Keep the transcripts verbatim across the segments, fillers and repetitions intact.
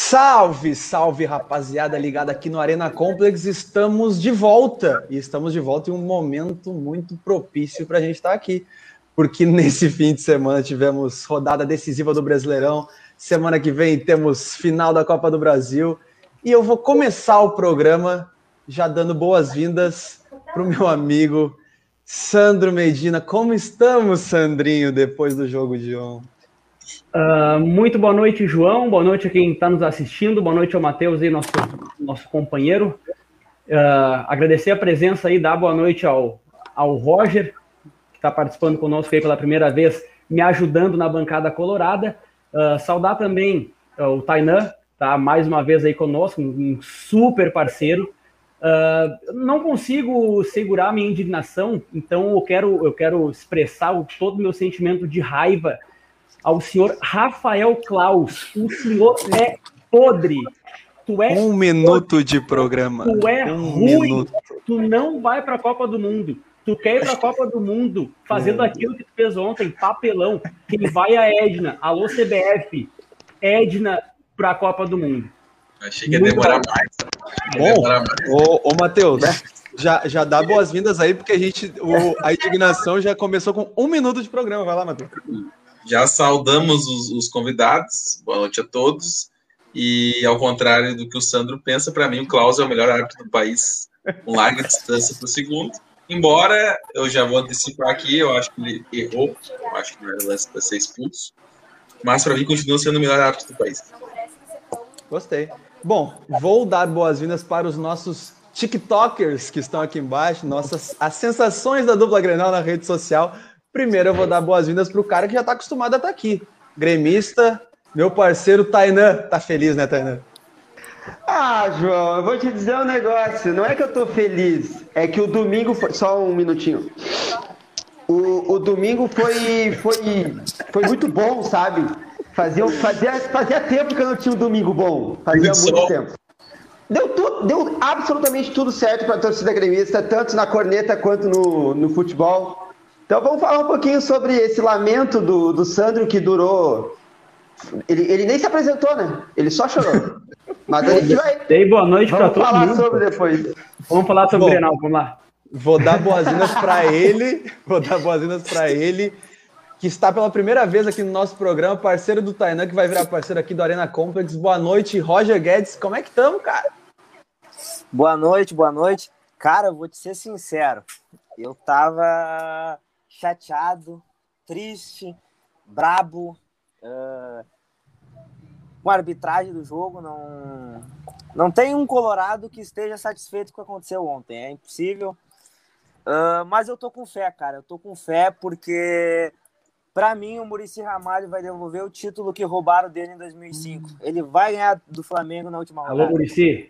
Salve, salve, rapaziada ligada aqui no Arena Complex. Estamos de volta e estamos de volta em um momento muito propício para a gente estar aqui, porque nesse fim de semana tivemos rodada decisiva do Brasileirão, semana que vem temos final da Copa do Brasil e eu vou começar o programa já dando boas-vindas para o meu amigo Sandro Medina. Como estamos, Sandrinho, depois do jogo de ontem? Uh, muito boa noite, João. Boa noite a quem está nos assistindo. Boa noite ao Matheus aí, nosso, nosso companheiro. Uh, agradecer a presença aí, dar boa noite ao, ao Roger, que está participando conosco aí pela primeira vez, me ajudando na bancada colorada. Uh, saudar também uh, o Tainan, tá mais uma vez aí conosco, um, um super parceiro. Uh, não consigo segurar minha indignação, então eu quero, eu quero expressar o, todo o meu sentimento de raiva ao senhor Rafael Klaus. O senhor é podre. Tu é um minuto de programa. Tu é um ruim. Minuto. Tu não vai para a Copa do Mundo. Tu quer ir para a Copa do Mundo fazendo é. aquilo que tu fez ontem, papelão. Quem vai é a Edna. Alô, C B F. Edna para a Copa do Mundo. Achei que ia demorar mais. Bom, demorar mais. Ô, ô Matheus, já, já dá boas-vindas aí, porque a gente, o, a indignação já começou com um minuto de programa. Vai lá, Matheus. Já saudamos os, os convidados, boa noite a todos, e ao contrário do que o Sandro pensa, para mim o Klaus é o melhor árbitro do país, com larga distância para o segundo, embora eu já vou antecipar aqui, eu acho que ele errou, eu acho que não era lance para ser expulso, mas para mim continua sendo o melhor árbitro do país. Gostei. Bom, vou dar boas-vindas para os nossos tiktokers que estão aqui embaixo, nossas, as sensações da dupla Grenal na rede social. Primeiro eu vou dar boas-vindas para o cara que já está acostumado a estar aqui. Gremista, meu parceiro Tainan. Tá feliz, né, Tainan? Ah, João, eu vou te dizer um negócio. Não é que eu tô feliz, é que o domingo foi... Só um minutinho. O, o domingo foi, foi, foi muito bom, sabe? Fazia, fazia, fazia tempo que eu não tinha um domingo bom. Fazia muito tempo. Deu, tudo, deu absolutamente tudo certo para a torcida gremista, tanto na corneta quanto no, no futebol. Então vamos falar um pouquinho sobre esse lamento do, do Sandro que durou... Ele, ele nem se apresentou, né? Ele só chorou. Mas a gente vai... Dei boa noite para todo mundo. Vamos falar sobre depois. Vamos falar sobre o Grenal, vamos lá. Vou dar boas-vindas para ele, vou dar boas-vindas para ele, que está pela primeira vez aqui no nosso programa, parceiro do Tainan, que vai virar parceiro aqui do Arena Complex. Boa noite, Roger Guedes. Como é que estamos, cara? Boa noite, boa noite. Cara, eu vou te ser sincero. Eu tava... chateado, triste, brabo, uh, com a arbitragem do jogo. Não, não tem um colorado que esteja satisfeito com o que aconteceu ontem, é impossível. Uh, mas eu tô com fé, cara, eu tô com fé porque, pra mim, o Muricy Ramalho vai devolver o título que roubaram dele em dois mil e cinco. Ele vai ganhar do Flamengo na última rodada. Alô, Muricy.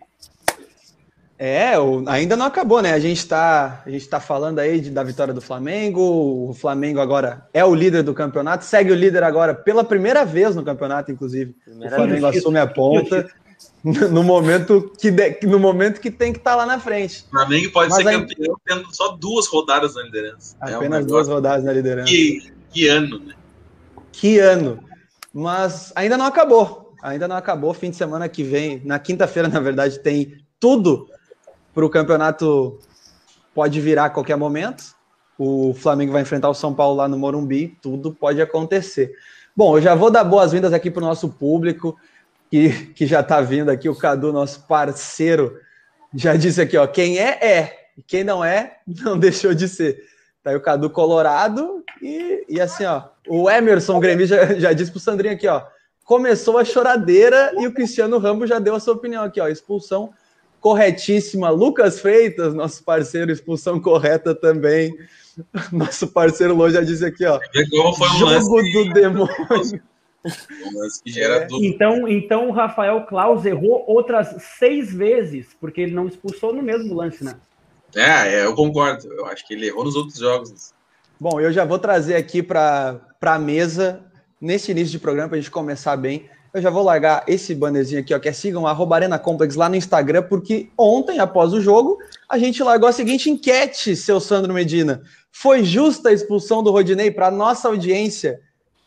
É, ainda não acabou, né? A gente está a gente tá falando aí de, da vitória do Flamengo. O Flamengo agora é o líder do campeonato, segue o líder agora pela primeira vez no campeonato, inclusive. Primeira o Flamengo vez. assume a ponta no momento que, de, no momento que tem que estar tá lá na frente. O Flamengo pode Mas ser aí, campeão tendo só duas rodadas na liderança. Apenas é um duas rodadas na liderança. Que, que ano, né? Que ano. Mas ainda não acabou. Ainda não acabou. Fim de semana que vem, na quinta-feira, na verdade, tem tudo para o campeonato, pode virar a qualquer momento. O Flamengo vai enfrentar o São Paulo lá no Morumbi, tudo pode acontecer. Bom, eu já vou dar boas-vindas aqui para o nosso público, que, que já está vindo aqui, o Cadu, nosso parceiro, já disse aqui, ó, quem é, é, e quem não é, não deixou de ser. Tá aí o Cadu colorado, e, e assim, ó, o Emerson Grêmio já, já disse pro Sandrinho aqui, ó, começou a choradeira e o Cristiano Rambo já deu a sua opinião aqui, ó, expulsão corretíssima. Lucas Freitas, nosso parceiro, expulsão correta também. Nosso parceiro Lô já disse aqui, ó. Foi um jogo lance do demônio. Um lance que gera É. dúvida. Então, então o Rafael Klaus errou outras seis vezes, porque ele não expulsou no mesmo lance, né? É, é, eu concordo. Eu acho que ele errou nos outros jogos. Bom, eu já vou trazer aqui para a mesa, nesse início de programa, para a gente começar bem. Eu já vou largar esse bannerzinho aqui, ó, que é sigam arroba Arena Complex lá no Instagram, porque ontem, após o jogo, a gente largou a seguinte enquete, seu Sandro Medina. Foi justa a expulsão do Rodinei? Para nossa audiência,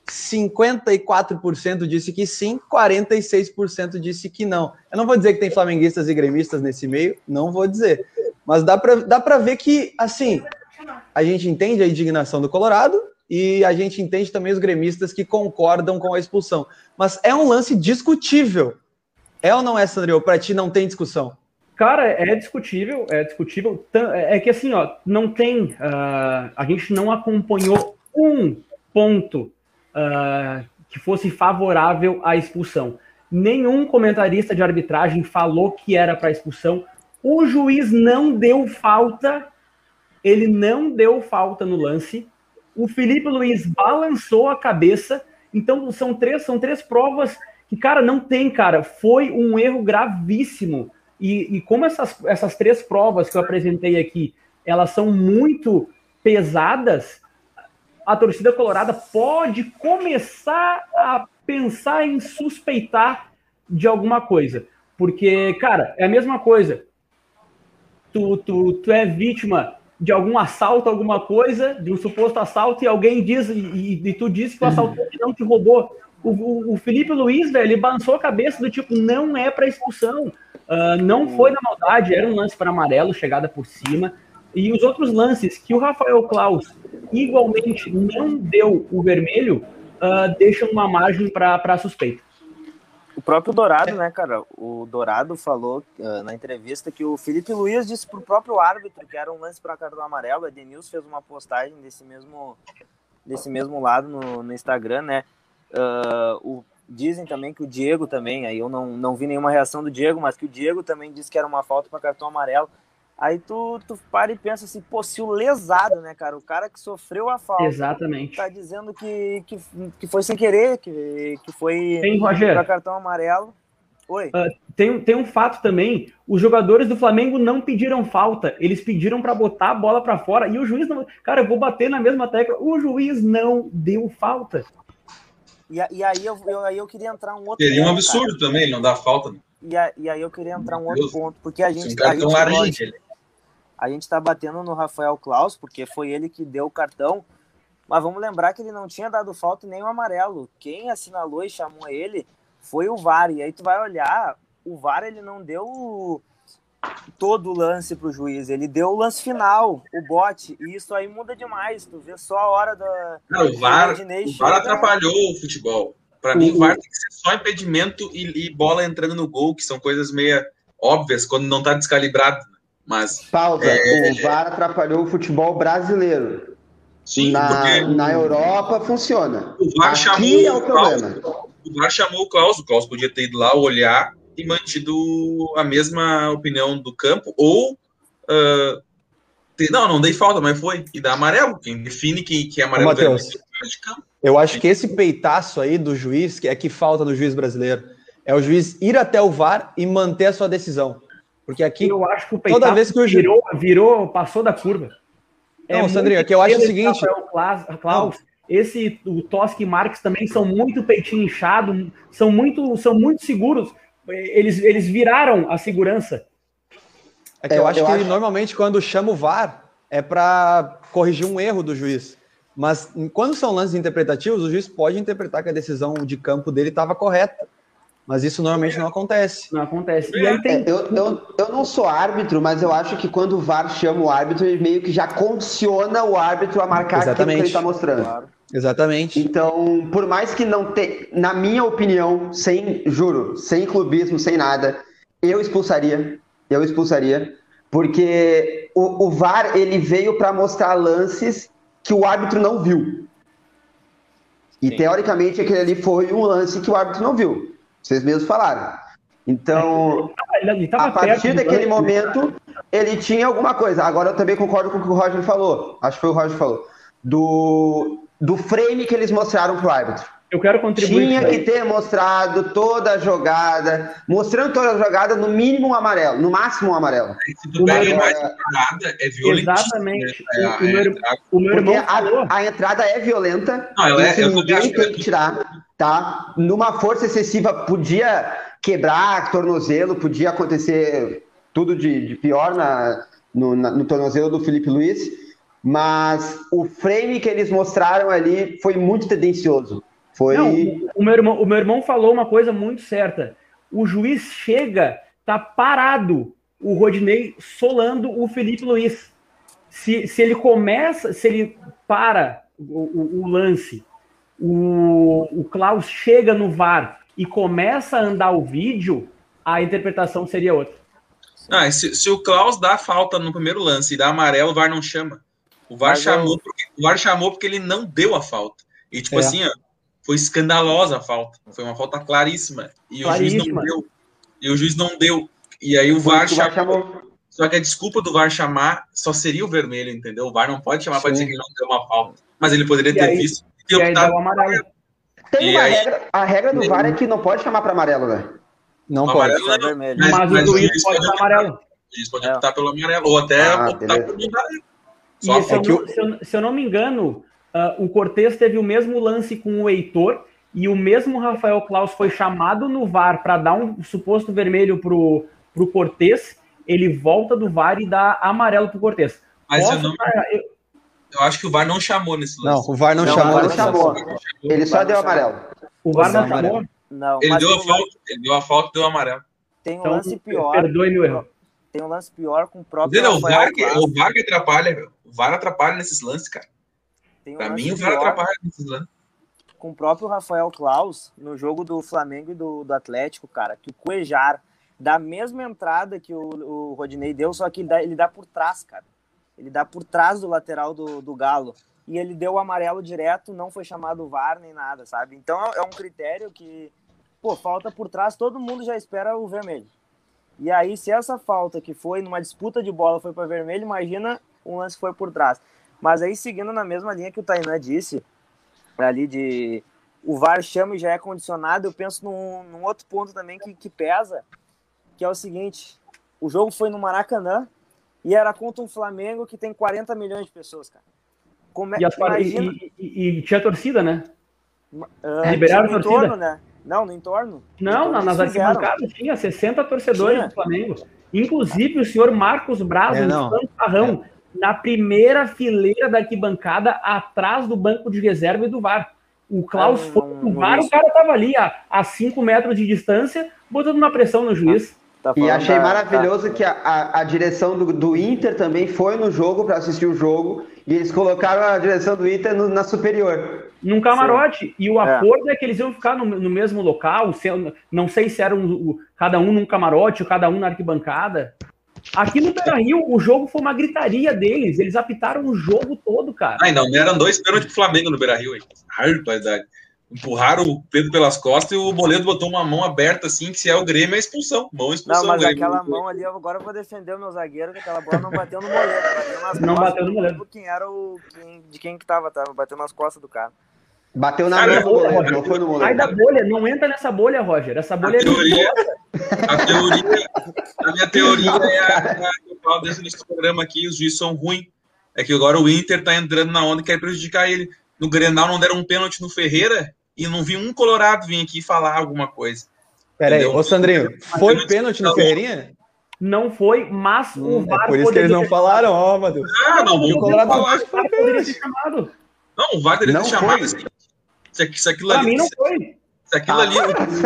cinquenta e quatro por cento disse que sim, quarenta e seis por cento disse que não. Eu não vou dizer que tem flamenguistas e gremistas nesse meio, não vou dizer. Mas dá para dá para ver que, assim, a gente entende a indignação do Colorado e a gente entende também os gremistas que concordam com a expulsão. Mas é um lance discutível. É ou não é, Sandro? Para ti não tem discussão? Cara, é discutível, é discutível. É que assim, ó, não tem... Uh, a gente não acompanhou um ponto uh, que fosse favorável à expulsão. Nenhum comentarista de arbitragem falou que era para expulsão. O juiz não deu falta, ele não deu falta no lance. O Felipe Luiz balançou a cabeça. Então, são três, são três provas que, cara, não tem, cara. Foi um erro gravíssimo. E, e como essas, essas três provas que eu apresentei aqui, elas são muito pesadas, a torcida colorada pode começar a pensar em suspeitar de alguma coisa. Porque, cara, é a mesma coisa. Tu, tu, tu é vítima de algum assalto, alguma coisa, de um suposto assalto, e alguém diz, e, e, e tu diz que o assaltante não te roubou. O, o, o Felipe Luiz, velho, ele balançou a cabeça do tipo, não é para expulsão. Uh, não foi na maldade, era um lance para amarelo, chegada por cima. E os outros lances que o Rafael Claus igualmente não deu o vermelho, uh, deixam uma margem para suspeita. O próprio Dourado, né, cara? O Dourado falou uh, na entrevista que o Felipe Luiz disse pro próprio árbitro que era um lance para cartão amarelo. A Edenilson fez uma postagem desse mesmo, desse mesmo lado no, no Instagram, né? Uh, o, dizem também que o Diego também, aí eu não, não vi nenhuma reação do Diego, mas que o Diego também disse que era uma falta para cartão amarelo. Aí tu, tu para e pensa assim, pô, se o lesado, né, cara, o cara que sofreu a falta, exatamente, tá dizendo que, que, que foi sem querer, que, que foi para cartão amarelo. Oi. Uh, tem, tem um fato também, os jogadores do Flamengo não pediram falta, eles pediram para botar a bola para fora, e o juiz não... Cara, eu vou bater na mesma tecla, o juiz não deu falta. E, e aí, eu, eu, aí eu queria entrar um outro Seria ponto, um absurdo cara. Também, não dá falta. E, a, e aí eu queria entrar um outro Deus. ponto, porque a gente... Um cartão laranja. A gente tá batendo no Rafael Claus, porque foi ele que deu o cartão, mas vamos lembrar que ele não tinha dado falta nem o amarelo. Quem assinalou e chamou ele foi o V A R, e aí tu vai olhar, o V A R ele não deu todo o lance pro juiz, ele deu o lance final, o bote, e isso aí muda demais, tu vê só a hora da... Não, o V A R, o V A R chega... atrapalhou o futebol. Para mim, o V A R tem que ser só impedimento e, e bola entrando no gol, que são coisas meio óbvias quando não tá descalibrado. Mas, Pausa, é... o V A R atrapalhou o futebol brasileiro. Sim, na, porque... na Europa funciona. O V A R Aqui chamou é o problema. O V A R chamou o Klaus, o Klaus podia ter ido lá olhar e mantido a mesma opinião do campo, ou uh, ter... não, não dei falta, mas foi, e dá amarelo, quem define que, que é amarelo. Ô, Matheus, de campo. Eu acho que esse peitaço aí do juiz, que é que falta do juiz brasileiro, é o juiz ir até o V A R e manter a sua decisão. Porque aqui, eu acho que o toda vez que o juiz... virou, virou, passou da curva. Não, é Sandrinho, aqui eu acho o seguinte... Klaus, Klaus, esse, o Tosca e Marques também são muito peitinho inchado, são muito, são muito seguros. Eles, eles viraram a segurança. É que eu, eu acho eu que acho... normalmente quando chama o V A R é para corrigir um erro do juiz. Mas quando são lances interpretativos, o juiz pode interpretar que a decisão de campo dele estava correta. Mas isso normalmente não acontece. Não acontece. E aí tem... é, eu, eu, eu não sou árbitro, mas eu acho que quando o V A R chama o árbitro, ele meio que já condiciona o árbitro a marcar aquilo que ele está mostrando. Claro. Exatamente. Então, por mais que não tenha, na minha opinião, sem, juro, sem clubismo, sem nada, eu expulsaria. Eu expulsaria. Porque o, o V A R, ele veio para mostrar lances que o árbitro não viu. E, sim, teoricamente, aquele ali foi um lance que o árbitro não viu. Vocês mesmos falaram. Então, a partir daquele momento, ele tinha alguma coisa. Agora, eu também concordo com o que o Roger falou. Acho que foi o Roger que falou. Do, do frame que eles mostraram pro árbitro. Eu quero contribuir. Tinha que ter mostrado toda a jogada, mostrando toda a jogada, no mínimo um amarelo, no máximo um amarelo. Se tu pega mais nada, é violento. Exatamente. É, o, meu, é, o meu irmão a, a entrada é violenta. Não, ela é, eu ninguém tem que tirar, tá? Numa força excessiva podia quebrar tornozelo, podia acontecer tudo de, de pior na, no, na, no tornozelo do Felipe Luiz, mas o frame que eles mostraram ali foi muito tendencioso. Foi... Não, o, o meu irmão, o meu irmão falou uma coisa muito certa. O juiz chega, tá parado, o Rodinei solando o Felipe Luiz. Se, se ele começa, se ele para o, o, o lance, o, o Klaus chega no V A R e começa a andar o vídeo, a interpretação seria outra. Ah, se, se o Klaus dá falta no primeiro lance e dá amarelo, o V A R não chama. O V A R, chamou, eu... porque, o V A R chamou porque ele não deu a falta. E tipo é. assim, ó, foi escandalosa a falta. Foi uma falta claríssima. E claríssima. o juiz não deu. E o juiz não deu. E aí o V A R chamou, chamou. Só que a desculpa do V A R chamar só seria o vermelho, entendeu? O V A R não pode chamar para dizer que ele não deu uma falta. Mas ele poderia e ter aí, visto. E, e aí dá o amarelo. Tem uma aí, regra, a regra do V A R é que não pode chamar para amarelo, né? Não o pode. Amarelo, é vermelho. Mas, mas, mas o juiz pode dar amarelo. O juiz pode optar é. pelo amarelo. Ou até ah, optar por mudar. Só e se, eu não, se, eu, se eu não me engano, uh, o Cortez teve o mesmo lance com o Heitor e o mesmo Rafael Klaus foi chamado no V A R para dar um suposto vermelho pro, pro Cortez, ele volta do V A R e dá amarelo pro Cortez. Mas eu, não, eu... eu acho que o V A R não chamou nesse lance. Não, o V A R não, não chamou. Não chamou. Ele só deu amarelo. O V A R não chamou? Não. Ele deu, a falta, ele deu a falta e deu amarelo. Tem um então, lance pior. Perdoe meu erro. Tem um lance pior com o próprio não, o V A R que, o V A R que atrapalha, meu. O V A R atrapalha nesses lances, cara. Um pra mim, o V A R atrapalha nesses lances. Com o próprio Rafael Klaus, no jogo do Flamengo e do, do Atlético, cara, que o Cuejar dá a mesma entrada que o, o Rodinei deu, só que ele dá, ele dá por trás, cara. Ele dá por trás do lateral do, do Galo. E ele deu o amarelo direto, não foi chamado V A R nem nada, sabe? Então é um critério que, pô, falta por trás, todo mundo já espera o vermelho. E aí, se essa falta que foi numa disputa de bola foi para vermelho, imagina um lance que foi por trás. Mas aí, seguindo na mesma linha que o Tainan disse, ali de o V A R chama e já é condicionado, eu penso num, num outro ponto também que, que pesa, que é o seguinte, o jogo foi no Maracanã e era contra um Flamengo que tem quarenta milhões de pessoas, cara. Como é, e, as, imagina... e, e, e tinha torcida, né? Uh, Liberaram a torcida? Entorno, né? Não, no entorno. Não, entorno nas arquibancadas tinha sessenta torcedores tinha. do Flamengo. Inclusive o senhor Marcos Braz, é, no Fanfarrão, é. na primeira fileira da arquibancada, atrás do banco de reserva e do V A R. O Klaus ah, foi no V A R, o cara tava ali a cinco metros de distância, botando uma pressão no juiz. Tá e achei da, maravilhoso tá. que a, a, a direção do, do Inter também foi no jogo para assistir o jogo e eles colocaram a direção do Inter no, na superior. Num camarote. Sim. E o acordo é. é que eles iam ficar no, no mesmo local, se, não sei se era um, cada um num camarote ou cada um na arquibancada. Aqui no Beira-Rio, o jogo foi uma gritaria deles. Eles apitaram o jogo todo, cara. Ai, não, eram dois pênaltis pro Flamengo no Beira-Rio, hein? Ai, verdade. Empurraram o Pedro pelas costas e o Moledo botou uma mão aberta assim, que se é o Grêmio é expulsão. Mão expulsão. Não, mas Grêmio. Aquela mão ali, agora eu vou defender o meu zagueiro, que aquela bola não bateu no Moledo. Bateu nas não bateu no Moledo. Quem era o, quem, de quem que tava, tava, bateu nas costas do cara. Bateu na mão do Moledo, não foi no Moledo. Sai da bolha, não entra nessa bolha, Roger. Essa bolha a é teoria, a teoria, a minha teoria é a que eu falo desde o programa aqui, os juízes são ruins. É que agora o Inter tá entrando na onda e quer prejudicar ele. No Grenal não deram um pênalti no Ferreira e não vi um colorado vir aqui falar alguma coisa. Pera aí, ô Sandrinho, foi pênalti no Ferreirinha? Não foi, mas hum, o V A R é por isso que eles não falaram, ó, oh, meu Deus. Ah, não, o colorado falar. Não foi poderia ser chamado. Não, o V A R deveria ter chamado assim. Se, se aquilo pra ali, mim não se, foi. Se aquilo ali,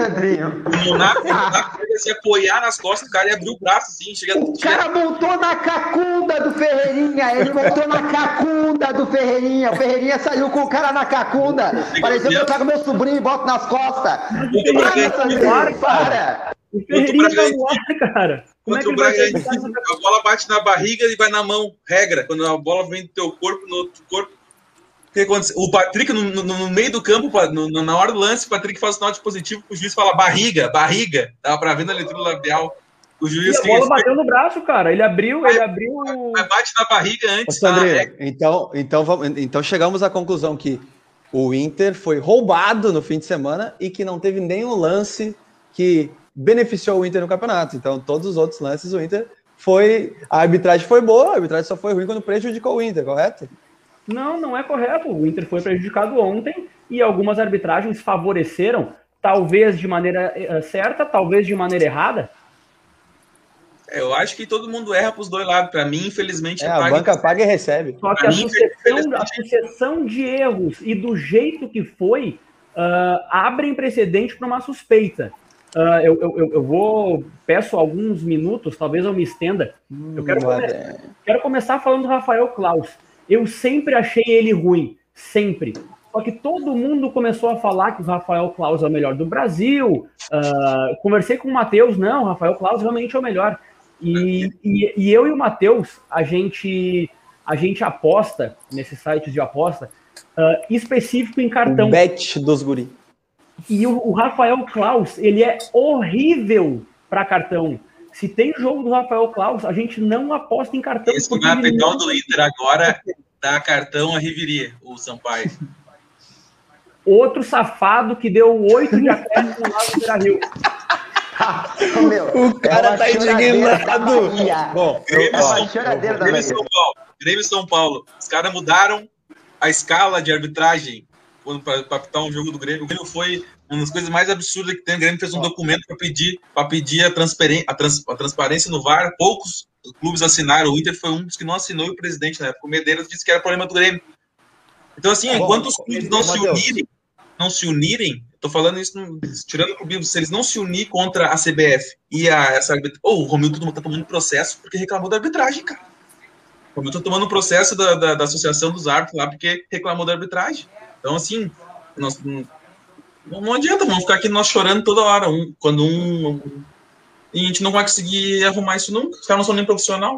o Monaco ia se apoiar nas costas do cara e abrir o braço assim. Chega, o chega... cara montou na cacunda do Ferreirinha. Ele montou na cacunda do Ferreirinha. O Ferreirinha saiu com o cara na cacunda. Pareceu que eu trago meu sobrinho e boto nas costas. Para, para. O Ferreirinha tá no ar, cara. Como é que o Bragantino, a bola bate na barriga e vai na mão. Regra. Quando a bola vem do teu corpo no outro corpo. O Patrick, no, no, no meio do campo, no, na hora do lance, o Patrick faz o sinal de positivo, o juiz fala barriga, barriga. Dava pra ver na leitura labial. O juiz e a bola esse... bateu no braço, cara. Ele abriu, vai, ele abriu. Mas bate na barriga antes. Ô, Sandrinho, tá? então, então, vamos, então chegamos à conclusão que o Inter foi roubado no fim de semana e que não teve nenhum lance que beneficiou o Inter no campeonato. Então, todos os outros lances, o Inter foi. A arbitragem foi boa, a arbitragem só foi ruim quando prejudicou o Inter, correto? Não, não é correto. O Inter foi prejudicado ontem e algumas arbitragens favoreceram, talvez de maneira certa, talvez de maneira errada. Eu acho que todo mundo erra para os dois lados. Para mim, infelizmente... É, a banca paga e recebe. Só que a sucessão, a sucessão de erros e do jeito que foi, uh, abrem precedente para uma suspeita. Uh, eu, eu, eu vou, peço alguns minutos, talvez eu me estenda. Hum, eu quero, come quero começar falando do Rafael Claus. Eu sempre achei ele ruim, sempre. Só que todo mundo começou a falar que o Rafael Claus é o melhor do Brasil. Uh, conversei com o Matheus, não, o Rafael Claus realmente é o melhor. E, e, e eu e o Matheus, a gente, a gente aposta nesses sites de aposta uh, específico em cartão. O bet dos guri. E o, o Rafael Claus, ele é horrível para cartão. Se tem jogo do Rafael Claus, a gente não aposta em cartão. Esse que vai pegar o do Inter agora, dá cartão a Riveria, o Sampaio. Outro safado que deu oito de acréscimo lá no Beira-Rio. O cara tá indignado. Bom, Grêmio, São, Grêmio São Paulo. Grêmio São Paulo. Os caras mudaram a escala de arbitragem para apitar um jogo do Grêmio. O Grêmio foi uma das coisas mais absurdas que tem. O Grêmio fez um documento para pedir, para pedir a, a, trans, a transparência no V A R. Poucos clubes assinaram. O Inter foi um dos que não assinou, e o presidente, na época, o Medeiros, disse que era problema do Grêmio. Então, assim, é enquanto bom, os clubes não se unirem, não se unirem, tô falando isso, tirando o clubismo, se eles não se unirem contra a C B F e a essa arbitragem. Oh, o Romildo tá tomando processo porque reclamou da arbitragem, cara. O Romildo tá tomando processo da, da, da Associação dos Árbitros lá porque reclamou da arbitragem. Então, assim, nós, não, não adianta, vamos ficar aqui nós chorando toda hora. Um, quando um, um. E a gente não vai conseguir arrumar isso nunca. Os caras não são nem profissional.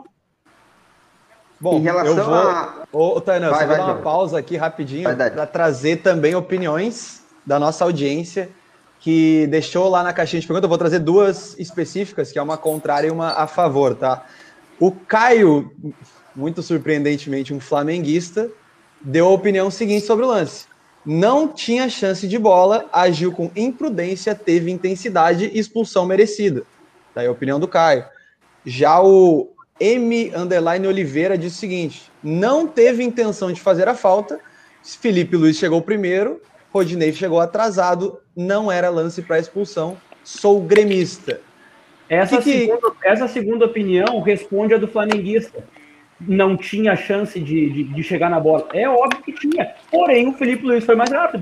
Bom, em relação eu vou. A... Ô, Tainan, você vai dar uma pausa aqui rapidinho para trazer também opiniões da nossa audiência que deixou lá na caixinha de perguntas. Eu vou trazer duas específicas, que é uma contrária e uma a favor, tá? O Caio, muito surpreendentemente, um flamenguista, deu a opinião seguinte sobre o lance. Não tinha chance de bola, agiu com imprudência, teve intensidade e expulsão merecida. Daí a opinião do Caio. Já o M. Underline Oliveira diz o seguinte: não teve intenção de fazer a falta, Felipe Luiz chegou primeiro, Rodinei chegou atrasado, não era lance para expulsão, sou gremista. Essa, que segunda, que... essa segunda opinião responde a do flamenguista. Não tinha chance de, de, de chegar na bola. É óbvio que tinha. Porém, o Felipe Luiz foi mais rápido.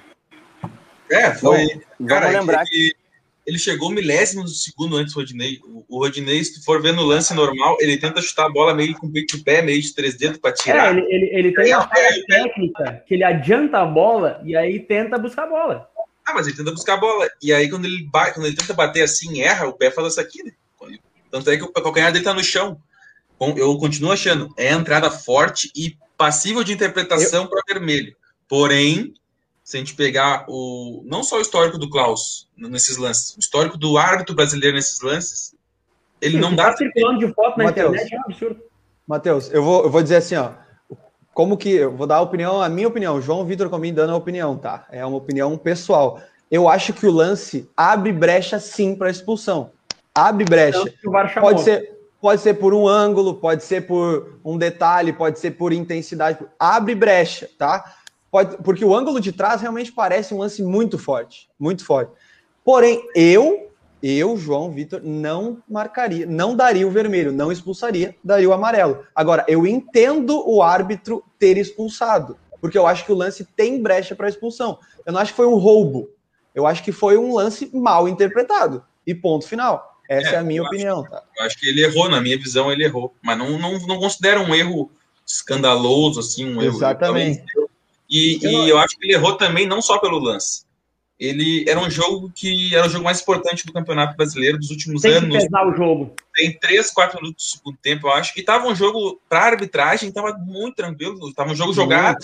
É, foi. Bom, cara, lembrar que ele chegou milésimo de segundo antes do Rodinei. O, o Rodinei, se for ver no lance normal, ele tenta chutar a bola meio com peito de pé, meio de três dedos para tirar. É, ele, ele, ele tem uma é, técnica que ele adianta a bola e aí tenta buscar a bola. Ah, mas ele tenta buscar a bola. E aí, quando ele, bate, quando ele tenta bater assim, erra, o pé faz isso aqui, né? Tanto é que o calcanhar dele tá no chão. Eu continuo achando, é entrada forte e passível de interpretação eu... para vermelho. Porém, se a gente pegar o não só o histórico do Klaus nesses lances, o histórico do árbitro brasileiro nesses lances, ele Sim, não dá... Tá circulando de foto na Mateus, internet, é um absurdo. Matheus, eu vou, eu vou dizer assim, ó, como que, eu vou dar a opinião, a minha opinião, João Vitor comigo dando a opinião, tá? É uma opinião pessoal. Eu acho que o lance abre brecha sim para expulsão. Abre brecha. Pode ser... Pode ser por um ângulo, pode ser por um detalhe, pode ser por intensidade. Abre brecha, tá? Pode, porque o ângulo de trás realmente parece um lance muito forte, muito forte. Porém, eu, eu, João Vitor, não marcaria, não daria o vermelho, não expulsaria, daria o amarelo. Agora, eu entendo o árbitro ter expulsado, porque eu acho que o lance tem brecha para expulsão. Eu não acho que foi um roubo, eu acho que foi um lance mal interpretado. E ponto final. Essa é, é a minha opinião, acho, tá? Eu acho que ele errou, na minha visão, ele errou. Mas não, não, não considero um erro escandaloso, assim, um erro. Exatamente. E, eu, e eu acho que ele errou também, não só pelo lance. Ele era um jogo que era o jogo mais importante do Campeonato Brasileiro dos últimos tem anos. Tem que pesar o jogo. Tem três, quatro minutos do segundo tempo, eu acho. E tava um jogo, para arbitragem, tava muito tranquilo. Tava um jogo muito jogado.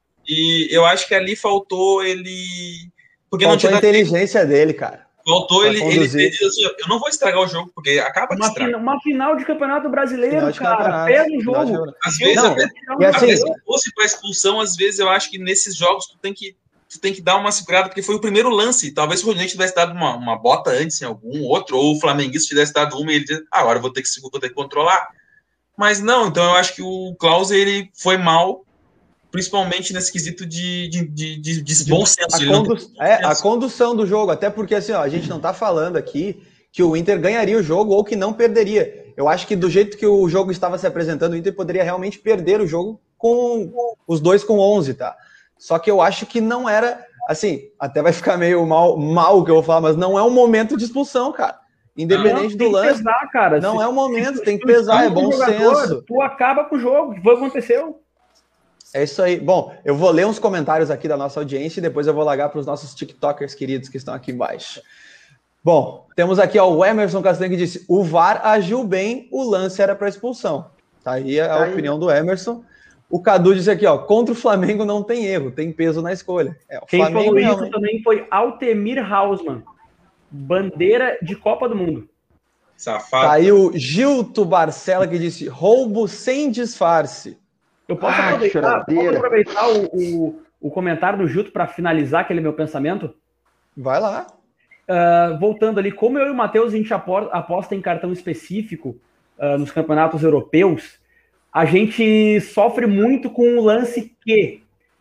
E eu acho que ali faltou ele... Porque faltou não tinha a inteligência tempo. dele, cara. Faltou ele, ele, ele diz assim, eu não vou estragar o jogo, porque acaba de uma, estragar. Uma final de campeonato brasileiro, de cara, pega o jogo. Às vezes, não, às assim, vezes se fosse para expulsão, às vezes eu acho que nesses jogos tu tem que, tu tem que dar uma segurada, porque foi o primeiro lance. Talvez se o Rodinei tivesse dado uma, uma bota antes em algum outro, ou o flamenguista tivesse dado uma e ele diz, ah, agora eu vou ter que, vou ter que controlar. Mas não, então eu acho que o Klaus, ele foi mal, principalmente nesse quesito de, de, de, de, de bom senso. A, condu não... é, a condução do jogo, até porque assim, ó, a gente não tá falando aqui que o Inter ganharia o jogo ou que não perderia. Eu acho que do jeito que o jogo estava se apresentando, o Inter poderia realmente perder o jogo com os dois com onze, tá? Só que eu acho que não era assim, até vai ficar meio mal, mal o que eu vou falar, mas não é um momento de expulsão, cara. Independente não, do lance, pesar, cara. não se, é o momento, se, tem que pesar, é bom jogador, senso. Tu acaba com o jogo, o que foi que aconteceu? É isso aí. Bom, eu vou ler uns comentários aqui da nossa audiência e depois eu vou largar para os nossos tiktokers queridos que estão aqui embaixo. Bom, temos aqui ó, o Emerson Castanho que disse, o V A R agiu bem, o lance era para expulsão. Tá aí a Aí. opinião do Emerson. O Cadu disse aqui, ó, contra o Flamengo não tem erro, tem peso na escolha. É, o Quem Flamengo falou isso realmente... também foi Altemir Hausmann, bandeira de Copa do Mundo. Safado. Tá aí o Gilto Barcela que disse, roubo sem disfarce. Eu posso Ah, aproveitar, choradeira. posso aproveitar o, o, o comentário do Gilto para finalizar aquele meu pensamento? Vai lá. Uh, voltando ali, como eu e o Matheus, a gente aposta em cartão específico uh, nos campeonatos europeus, a gente sofre muito com o lance que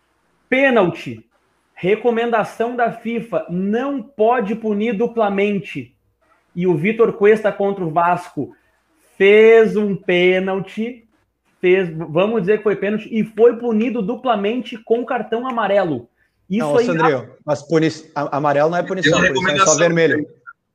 pênalti, recomendação da FIFA, não pode punir duplamente. E o Vitor Cuesta contra o Vasco fez um pênalti, fez, vamos dizer que foi pênalti, e foi punido duplamente com cartão amarelo. Isso não, aí. Sandrinho, mas puni... amarelo não é punição, Tem uma punição é só vermelho.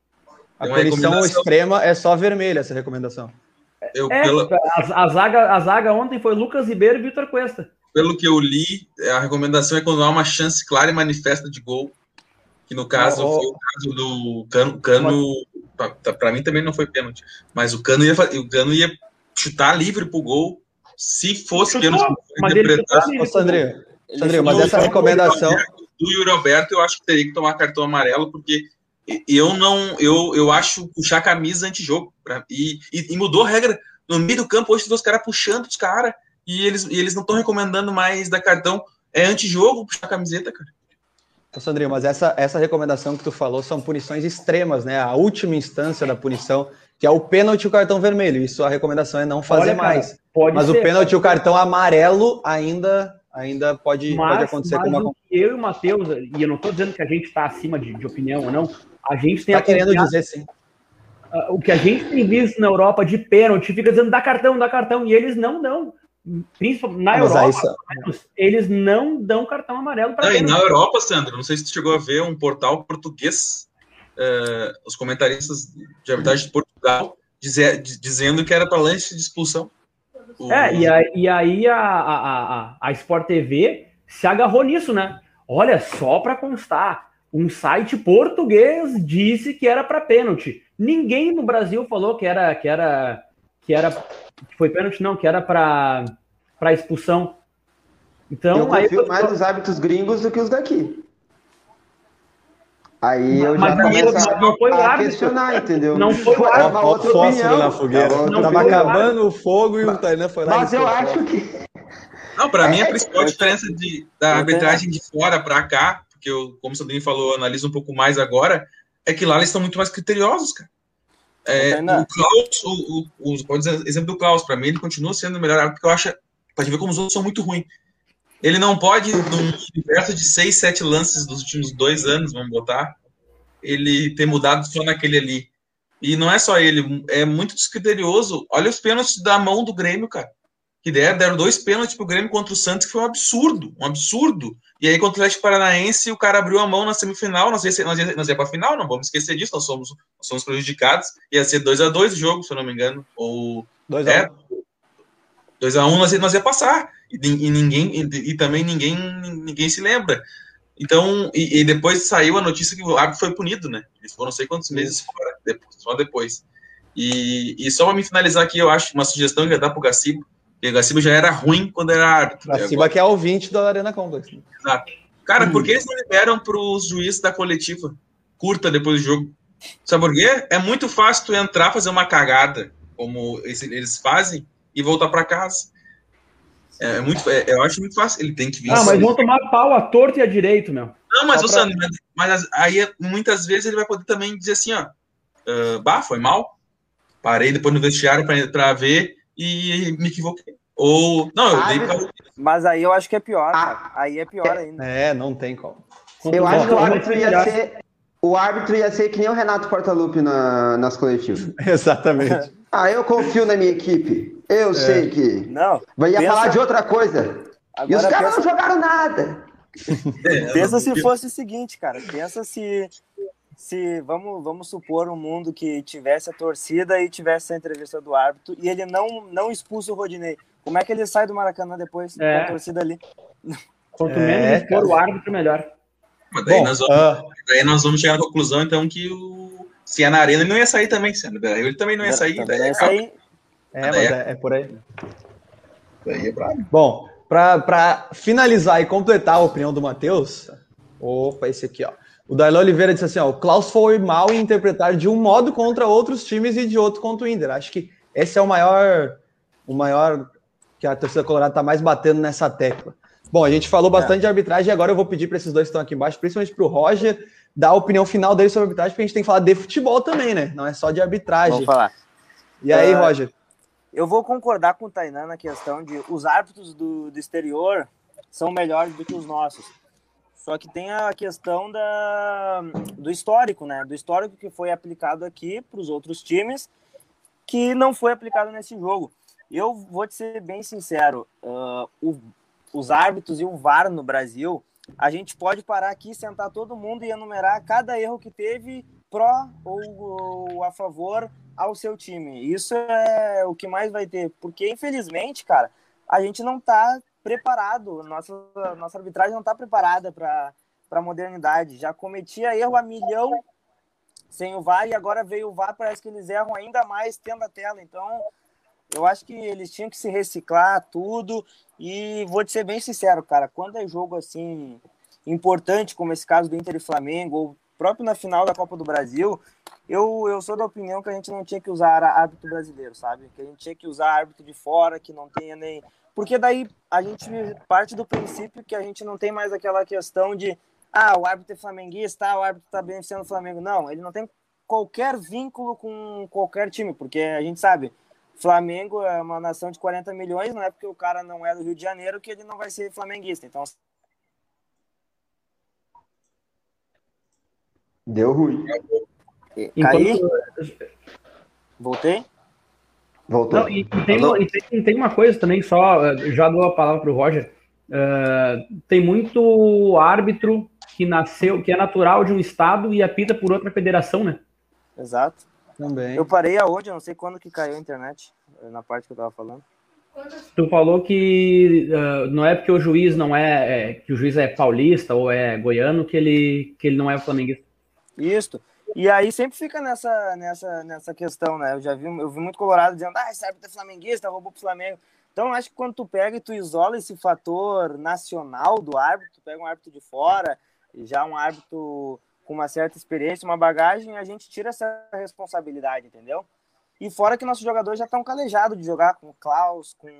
A Tem uma punição recomendação. extrema é só vermelha, essa recomendação. Eu, É, pela, a, a, zaga, a zaga ontem foi Lucas Ribeiro e Vitor Cuesta. pelo que eu li, a recomendação é quando há uma chance clara e manifesta de gol. Que no caso Oh, oh. foi o caso do Cano. Cano para mim também não foi pênalti. Mas o Cano ia, o Cano ia chutar livre pro gol. Se fosse Chutou, pênalti, mas ele interpretar. chutou Ô, Sandrinho, Sandrinho, mas Do- essa recomendação... Do Yuri Alberto, eu acho que teria que tomar cartão amarelo, porque eu não. Eu, eu acho puxar a camisa antijogo. Pra, e, e, e mudou a regra. No meio do campo, hoje, os caras puxando os caras. E eles, e eles não estão recomendando mais dar cartão. É antijogo puxar a camiseta, cara. Ô, Sandrinho, mas essa, essa recomendação que tu falou são punições extremas, né? A última instância da punição, que é o pênalti e o cartão vermelho. Isso a recomendação é não fazer Olha, cara, mais. pode Mas ser, o pênalti e o cartão amarelo ainda, ainda pode, Mas, pode acontecer mas com uma... o que eu e o Matheus, e eu não estou dizendo que a gente está acima de, de opinião ou não, a gente tem Tá querendo acompanhado- dizer sim. uh, o que a gente tem visto na Europa de pênalti, fica dizendo dá cartão, dá cartão, e eles não dão. Principalmente na Ah, mas Europa, aí só- pelo menos, eles não dão cartão amarelo para Não, e pênalti. na Europa, Sandro, não sei se tu chegou a ver um portal português, eh, os comentaristas de arbitragem de Portugal, dizer, dizendo que era para lance de expulsão. O- É, e aí, e aí a, a, a, a Sport T V se agarrou nisso, né? Olha, só para constar, um site português disse que era para pênalti. Ninguém no Brasil falou que era que era que era que foi pênalti, não, que era para para expulsão. Então, eu aí confio mais nos árbitros gringos do que os daqui. Aí eu Mas já aí começo não- não foi o a, a árbitro. questionar, entendeu? Não foi o É árbitro. uma Ó, outra fósforo opinião. na fogueira. É uma outra Não Tava foi o acabando o fogo e o Tainan foi lá Mas e eu esqueceu. acho que Não, para mim a É, principal eu diferença de, da eu arbitragem de fora para cá, porque eu, como o Sandrinho falou, eu analiso um pouco mais agora, é que lá eles estão muito mais criteriosos, cara. É, Tainan. o Klaus, o, o, o, pode dizer, exemplo do Klaus, para mim ele continua sendo o melhor árbitro, porque eu acho, pode ver como os outros são muito ruins. Ele não pode, num universo de seis, sete lances dos últimos dois anos, vamos botar, ele ter mudado só naquele ali. E não é só ele, é muito descriterioso. Olha os pênaltis da mão do Grêmio, cara. Que deram, deram dois pênaltis pro Grêmio contra o Santos, que foi um absurdo, um absurdo. E aí contra o Atlético Paranaense, o cara abriu a mão na semifinal, nós ia, nós ia, nós ia pra final, não vamos esquecer disso, nós somos, nós somos prejudicados. Ia ser dois a dois o jogo, se eu não me engano. Ou dois a um. é, dois a um nós, ia- nós ia passar. E, e ninguém, e, e também ninguém, ninguém se lembra. Então, e, e depois saiu a notícia que o árbitro foi punido, né? Eles foram não sei quantos meses fora, depois, só depois. E, e só para me finalizar aqui, eu acho uma sugestão que ia dar pro Gacibo, porque o Gacibo já era ruim quando era árbitro. Pra E cima agora- que é ouvinte da Arena Complex. Exato. Cara, por que eles não liberam pros juízes da coletiva curta depois do jogo? Sabe por quê? É muito fácil tu entrar, fazer uma cagada, como eles, eles fazem, e voltar para casa. É, é muito, é, eu acho muito fácil. Ele tem que vir. Ah, mas assim. vão tomar pau a torto e a direito, meu. Não, mas, Só o pra- Sandro, mas, mas aí muitas vezes ele vai poder também dizer assim, ó, ah, bah, foi mal, parei depois no vestiário para ver e me equivoquei. Ou, não, eu dei pra... Mas aí eu acho que é pior, Ah. cara. Aí é pior ainda. É, não tem como. eu acho que o Contra árbitro ia melhor. ser. O árbitro ia ser que nem o Renato Portaluppi na, nas coletivas. Exatamente. Ah, eu confio na minha equipe. Eu sei que. Não. Vai ia pensa- falar de outra coisa. E os Agora caras pensa- não jogaram nada. É, Pensa não- se fosse o seguinte, cara. Pensa se, se vamos, vamos supor um mundo que tivesse a torcida e tivesse a entrevista do árbitro e ele não, não expulsa o Rodinei. Como é que ele sai do Maracanã depois É. com a torcida ali? Quanto É, menos expor cara. o árbitro, melhor. Mas daí, Bom, nós vamos, ah, daí nós vamos chegar à conclusão, então, que o... se é na Arena, ele não ia sair também. Se é no Beira-Rio, ele também não ia sair. Também Daí, não ia sair. é, mas é, é por aí. daí é brabo. Bom, para finalizar e completar a opinião do Matheus, opa, esse aqui, ó. O Darlan Oliveira disse assim, ó, o Klaus foi mal em interpretar de um modo contra outros times e de outro contra o Inter. Acho que esse é o maior, o maior que a torcida colorada tá mais batendo nessa tecla. Bom, a gente falou bastante de arbitragem e agora eu vou pedir para esses dois que estão aqui embaixo, principalmente para o Roger, dar a opinião final dele sobre arbitragem, porque a gente tem que falar de futebol também, né? Não é só de arbitragem. Vamos falar. E aí, Uh, Roger? Eu vou concordar com o Tainan na questão de os árbitros do, do exterior são melhores do que os nossos. Só que tem a questão da, do histórico, né? Do histórico que foi aplicado aqui para os outros times, que não foi aplicado nesse jogo. Eu vou te ser bem sincero, uh, o, os árbitros e o V A R no Brasil, a gente pode parar aqui, sentar todo mundo e enumerar cada erro que teve pró ou, ou a favor ao seu time. Isso é o que mais vai ter, porque infelizmente, cara, a gente não está preparado, nossa, nossa arbitragem não está preparada para a modernidade. Já cometia erro a milhão sem o V A R e agora veio o V A R, parece que eles erram ainda mais tendo a tela. Então, eu acho que eles tinham que se reciclar tudo e vou te ser bem sincero, cara, quando é jogo assim importante, como esse caso do Inter e Flamengo, ou próprio na final da Copa do Brasil, eu, eu sou da opinião que a gente não tinha que usar árbitro brasileiro, sabe? Que a gente tinha que usar árbitro de fora, que não tenha nem... Porque daí a gente parte do princípio que a gente não tem mais aquela questão de ah, o árbitro é flamenguista, ah, o árbitro tá beneficiando o Flamengo. Não, ele não tem qualquer vínculo com qualquer time, porque a gente sabe, Flamengo é uma nação de quarenta milhões, não é porque o cara não é do Rio de Janeiro que ele não vai ser flamenguista. Então... Deu ruim. Caí? Enquanto... Voltei? Voltou. Não, e, e, tem uma, e tem, tem uma coisa também, só, já dou a palavra para o Roger, uh, tem muito árbitro que nasceu, que é natural de um estado e apita por outra federação, né? Exato. Também. Eu parei aonde, eu não sei quando que caiu a internet, na parte que eu tava falando. Tu falou que uh, não é porque o juiz não é, é, que o juiz é paulista ou é goiano que ele, que ele não é flamenguista. Isso. E aí sempre fica nessa, nessa, nessa questão, né? Eu já vi, eu vi muito colorado dizendo, ah, esse árbitro é flamenguista, roubou pro Flamengo. Então, eu acho que quando tu pega e tu isola esse fator nacional do árbitro, tu pega um árbitro de fora, já um árbitro com uma certa experiência, uma bagagem, a gente tira essa responsabilidade, entendeu? E fora que nossos jogadores já estão calejados de jogar com o Klaus, com,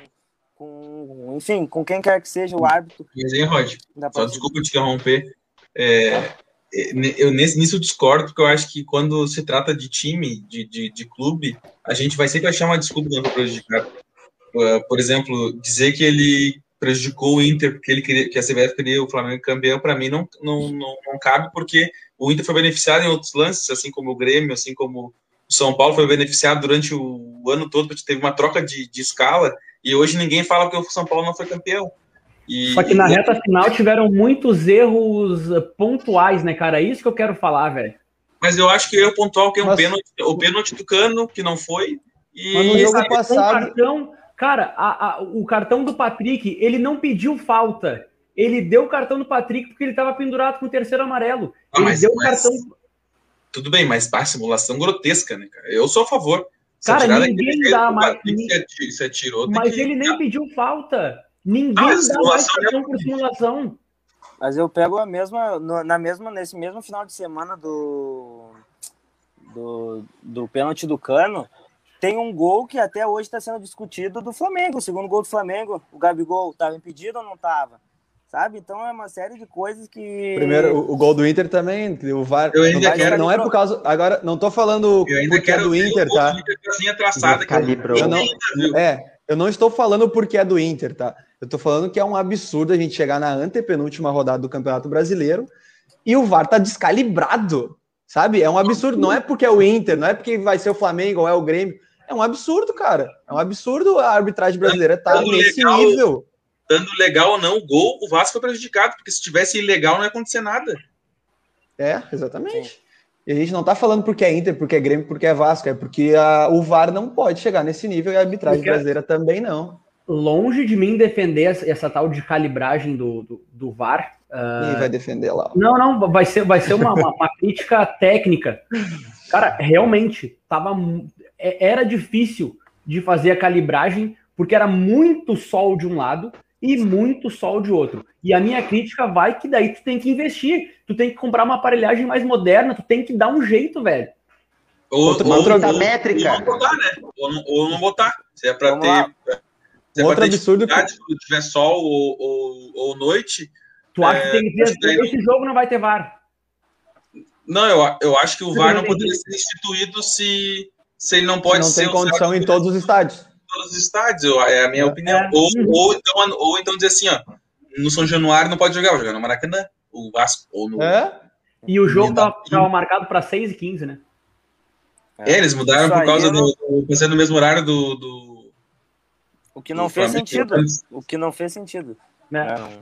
com, enfim, com quem quer que seja o árbitro. Mas, hein, Rod, só desculpa te interromper. É, eu nisso discordo, porque eu acho que quando se trata de time, de, de, de clube, a gente vai sempre achar uma desculpa para prejudicar. Por exemplo, dizer que ele prejudicou o Inter porque ele queria, que a C B F queria o Flamengo campeão, para mim não, não, não, não cabe, porque o Inter foi beneficiado em outros lances, assim como o Grêmio, assim como o São Paulo foi beneficiado durante o ano todo, porque teve uma troca de, de escala, e hoje ninguém fala que o São Paulo não foi campeão. E, Só que na reta final tiveram muitos erros pontuais, né, cara? É isso que eu quero falar, velho. Mas eu acho que o erro pontual que é um Mas... pênalti, o pênalti do Cano, que não foi, e... Mas no jogo Esse passado... Cartão, cara, a, a, o cartão do Patrick, ele não pediu falta. Ele deu o cartão do Patrick porque ele estava pendurado com o terceiro amarelo. Ah, ele mas, deu o mas, cartão... Tudo bem, mas pá, simulação grotesca, né, cara? Eu sou a favor. Se cara, ninguém dá mais... Se, se atirou, mas que... ele nem pediu falta. Ninguém ah, dá mais cartão por simulação. Mas eu pego a mesma, no, na mesma, nesse mesmo final de semana do, do, do pênalti do Cano, tem um gol que até hoje está sendo discutido do Flamengo, o segundo gol do Flamengo, o Gabigol estava impedido ou não estava? Sabe? Então é uma série de coisas que... Primeiro, o, o gol do Inter também, o V A R... Eu ainda não, quero... não é por causa... Agora, não tô falando eu ainda porque é do Inter, tá? Traçada, calibrou. Eu não, é, eu não estou falando porque é do Inter, tá? Eu tô falando que é um absurdo a gente chegar na antepenúltima rodada do Campeonato Brasileiro e o V A R tá descalibrado, sabe? É um absurdo. Não é porque é o Inter, não é porque vai ser o Flamengo ou é o Grêmio. É um absurdo, cara. É um absurdo a arbitragem brasileira tá nesse legal, nível. estando legal ou não o gol, o Vasco foi prejudicado, porque se tivesse ilegal não ia acontecer nada. É, exatamente. Sim. E a gente não tá falando porque é Inter, porque é Grêmio, porque é Vasco, é porque a, o V A R não pode chegar nesse nível e a arbitragem porque brasileira também não. Longe de mim defender essa, essa tal de calibragem do, do, do V A R. Uh... E vai defender lá. Não, não, vai ser, vai ser uma, uma, uma crítica técnica. Cara, realmente, tava, era difícil de fazer a calibragem, porque era muito sol de um lado e muito sol de outro. E a minha crítica vai que daí tu tem que investir, tu tem que comprar uma aparelhagem mais moderna, tu tem que dar um jeito, velho. Ou, outra, ou, outra ou, métrica. Ou não botar, né? Ou não, ou não botar. Se é pra Vamos ter... Lá. Se é Outro pra ter absurdo que... se tiver sol ou, ou, ou noite... Tu acha é, que tem que ter... Esse jogo não vai ter V A R. Não, eu, eu acho que o V A R não poderia ser instituído se, se ele não pode não ser... Não tem condição em todos os estádios. Todos os estádios, é a minha é. opinião. É. Ou, ou, então, ou então dizer assim, ó, no São Januário não pode jogar, vou jogar no Maracanã, o Vasco, ou no... É? E o jogo estava marcado para seis e quinze, né? É, eles mudaram por causa do... Por ser no mesmo horário do... do o que não fez sentido. O que não fez sentido. Né? É.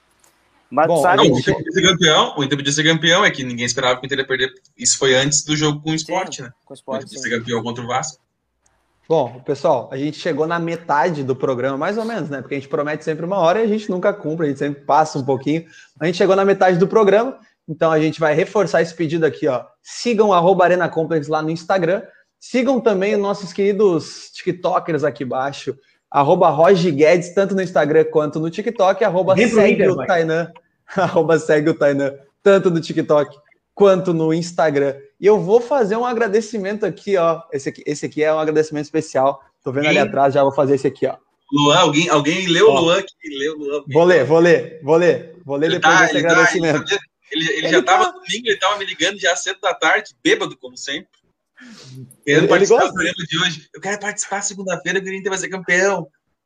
Mas Bom, sabe... Não, o Inter podia ser campeão, o Inter podia ser campeão, é que ninguém esperava que o Inter ia perder. Isso foi antes do jogo com o Sport, sim, né? Com o Sport, o Inter podia ser campeão contra o Vasco. Bom, pessoal, a gente chegou na metade do programa, mais ou menos, né? Porque a gente promete sempre uma hora e a gente nunca cumpre, a gente sempre passa um pouquinho. A gente chegou na metade do programa, então a gente vai reforçar esse pedido aqui, ó. Sigam arroba Arena Complex lá no Instagram. Sigam também os nossos queridos TikTokers aqui embaixo, arroba Roger Guedes, tanto no Instagram quanto no TikTok, arroba segue o Tainan, arroba segue o Tainan, tanto no TikTok quanto no Instagram. E eu vou fazer um agradecimento aqui, ó. Esse aqui, esse aqui é um agradecimento especial. Tô vendo ali atrás, já vou fazer esse aqui, ó. Luan, alguém, alguém leu o Luan aqui? Leu Luan. Vou ler, vou ler, vou ler. Vou ler ele depois tá, desse ele agradecimento. Tá, ele, ele, ele já tava tá... domingo, ele tava me ligando já cedo da tarde, bêbado, como sempre. Querendo participar do programa de hoje. Eu quero participar segunda-feira, eu queria Inter vai ser campeão.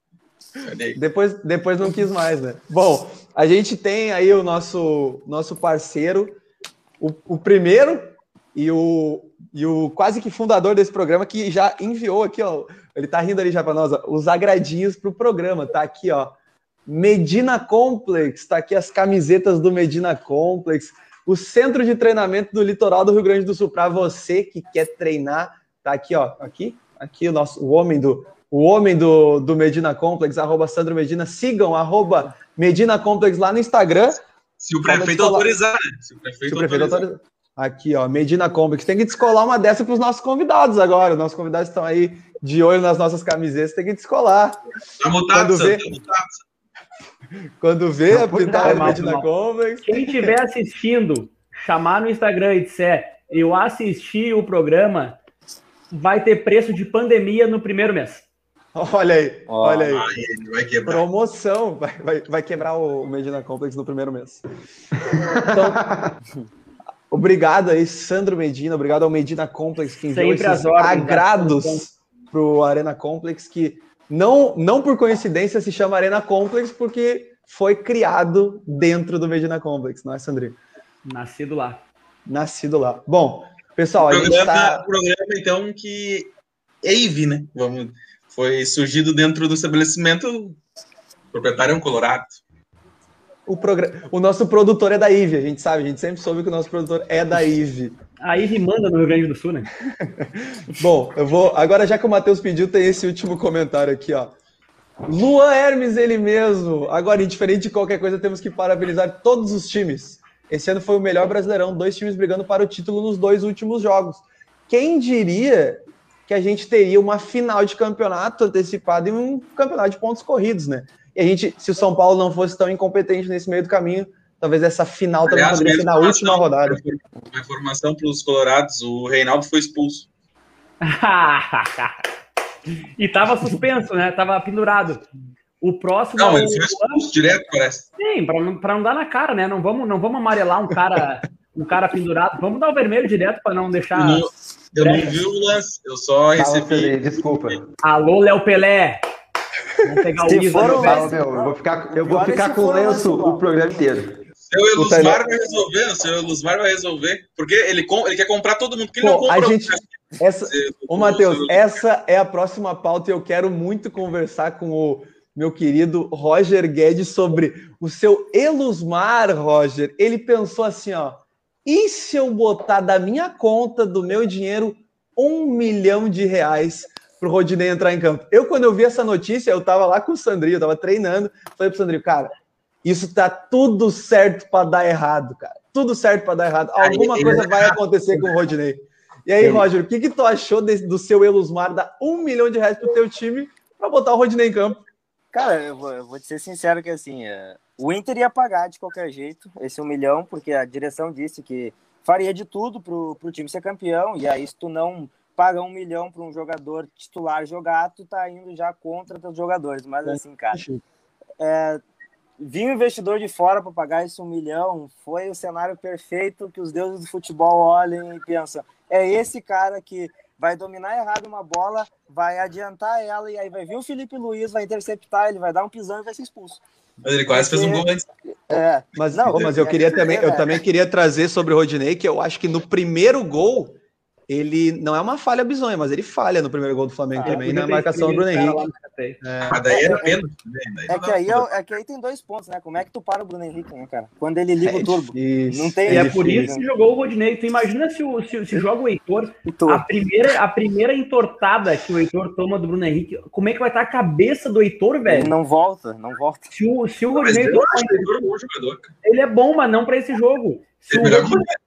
Depois, depois não quis mais, né? Bom, a gente tem aí o nosso, nosso parceiro, o, o primeiro e o, e o quase que fundador desse programa, que já enviou aqui, ó. Ele tá rindo ali já para nós, ó, os agradinhos pro programa. Tá aqui, ó. Medina Complex, tá aqui as camisetas do Medina Complex, o centro de treinamento do litoral do Rio Grande do Sul, para você que quer treinar. Tá aqui, ó. Aqui, aqui o nosso o homem do. O homem do, do Medina Complex, arroba Sandro Medina, sigam, arroba Medina Complex lá no Instagram. Se o prefeito autorizar, né? Se o prefeito, Se o prefeito autorizar. autorizar. Aqui, ó, Medina Complex. Tem que descolar uma dessa para os nossos convidados agora. Os nossos convidados estão aí de olho nas nossas camisetas, tem que descolar. Tá mutado, quando vê, tá mutado. Quando vê a pintada do Medina Complex. Quem estiver assistindo, chamar no Instagram e disser eu assisti o programa, vai ter preço de pandemia no primeiro mês. Olha aí, oh, olha aí. aí vai quebrar. Promoção, vai, vai, vai quebrar o Medina Complex no primeiro mês. Então, obrigado aí, Sandro Medina, obrigado ao Medina Complex que enviou Sempre esses ordens, agrados para o Arena Complex, que não, não por coincidência se chama Arena Complex, porque foi criado dentro do Medina Complex, não é, Sandrinho? Nascido lá. Nascido lá. Bom, pessoal, o a programa, gente tá... O programa, então, que é I V, né? Vamos... Foi surgido dentro do estabelecimento, o proprietário é um colorado. O, progr... o nosso produtor é da I V, a gente sabe, a gente sempre soube que o nosso produtor é da I V. A I V manda no Rio Grande do Sul, né? Bom, eu vou... Agora, já que o Matheus pediu, tem esse último comentário aqui, ó. Luan Hermes, ele mesmo. Agora, indiferente de qualquer coisa, temos que parabenizar todos os times. Esse ano foi o melhor Brasileirão, dois times brigando para o título nos dois últimos jogos. Quem diria que a gente teria uma final de campeonato antecipada e um campeonato de pontos corridos, né? E a gente, se o São Paulo não fosse tão incompetente nesse meio do caminho, talvez essa final também Aliás, poderia ser na última rodada. Uma informação para os colorados, o Reinaldo foi expulso. E tava suspenso, né? Tava pendurado. O próximo... Não, ele foi expulso direto, parece. Sim, para não, não dar na cara, né? Não vamos, não vamos amarelar um cara, um cara pendurado. Vamos dar o vermelho direto para não deixar... Não. Eu não vi o lance, eu só recebi. Desculpa. Alô, Léo Pelé. Vamos pegar o Se livro. For um meu, eu vou ficar, eu vou ficar com o lenço o programa inteiro. Seu Elusmar vai resolver, o seu Elusmar vai resolver. Porque ele, ele quer comprar todo mundo, porque ele Pô, não compra. A gente, essa, ô, Matheus, essa é a próxima pauta e eu quero muito conversar com o, meu querido Roger Guedes, sobre o seu Elusmar, Roger. Ele pensou assim, ó, e se eu botar da minha conta, do meu dinheiro, um milhão de reais pro Rodinei entrar em campo? Eu, quando eu vi essa notícia, eu tava lá com o Sandrinho, eu tava treinando, falei pro Sandrinho, cara, isso tá tudo certo para dar errado, cara. Tudo certo para dar errado. Alguma coisa vai acontecer com o Rodinei. E aí, Roger, o que, que tu achou de, do seu Elusmar dar um milhão de reais pro teu time para botar o Rodinei em campo? Cara, eu vou, eu vou te ser sincero que assim, é, o Inter ia pagar de qualquer jeito esse um milhão, porque a direção disse que faria de tudo pro, pro time ser campeão, e aí se tu não paga um milhão para um jogador titular jogar, tu tá indo já contra teus jogadores. Mas assim, cara, é, vir um investidor de fora para pagar esse um milhão foi o cenário perfeito que os deuses do futebol olhem e pensam, é esse cara que vai dominar errado uma bola, vai adiantar ela, e aí vai vir o Felipe Luiz, vai interceptar, ele vai dar um pisão e vai ser expulso. Mas ele quase Porque, fez um gol antes. É, mas, não, mas eu queria também, eu também queria trazer sobre o Rodinei, que eu acho que no primeiro gol, ele não é uma falha bizonha, mas ele falha no primeiro gol do Flamengo ah, também, na marcação do Bruno Henrique. É. Mas daí era pênalti. É, é, que aí, é, é que aí tem dois pontos, né? Como é que tu para o Bruno Henrique, né, cara? Quando ele liga é o turbo. Difícil, não tem, é, é por isso que jogou o Rodinei. Tu imagina se, o, se, se joga o Heitor, a primeira, a primeira entortada que o Heitor toma do Bruno Henrique, como é que vai estar a cabeça do Heitor, velho? Ele não volta, não volta. Se o, se o Rodinei... Eu acho que o Heitor é um bom jogador, cara. Ele é bom, mas não para esse jogo. Se o,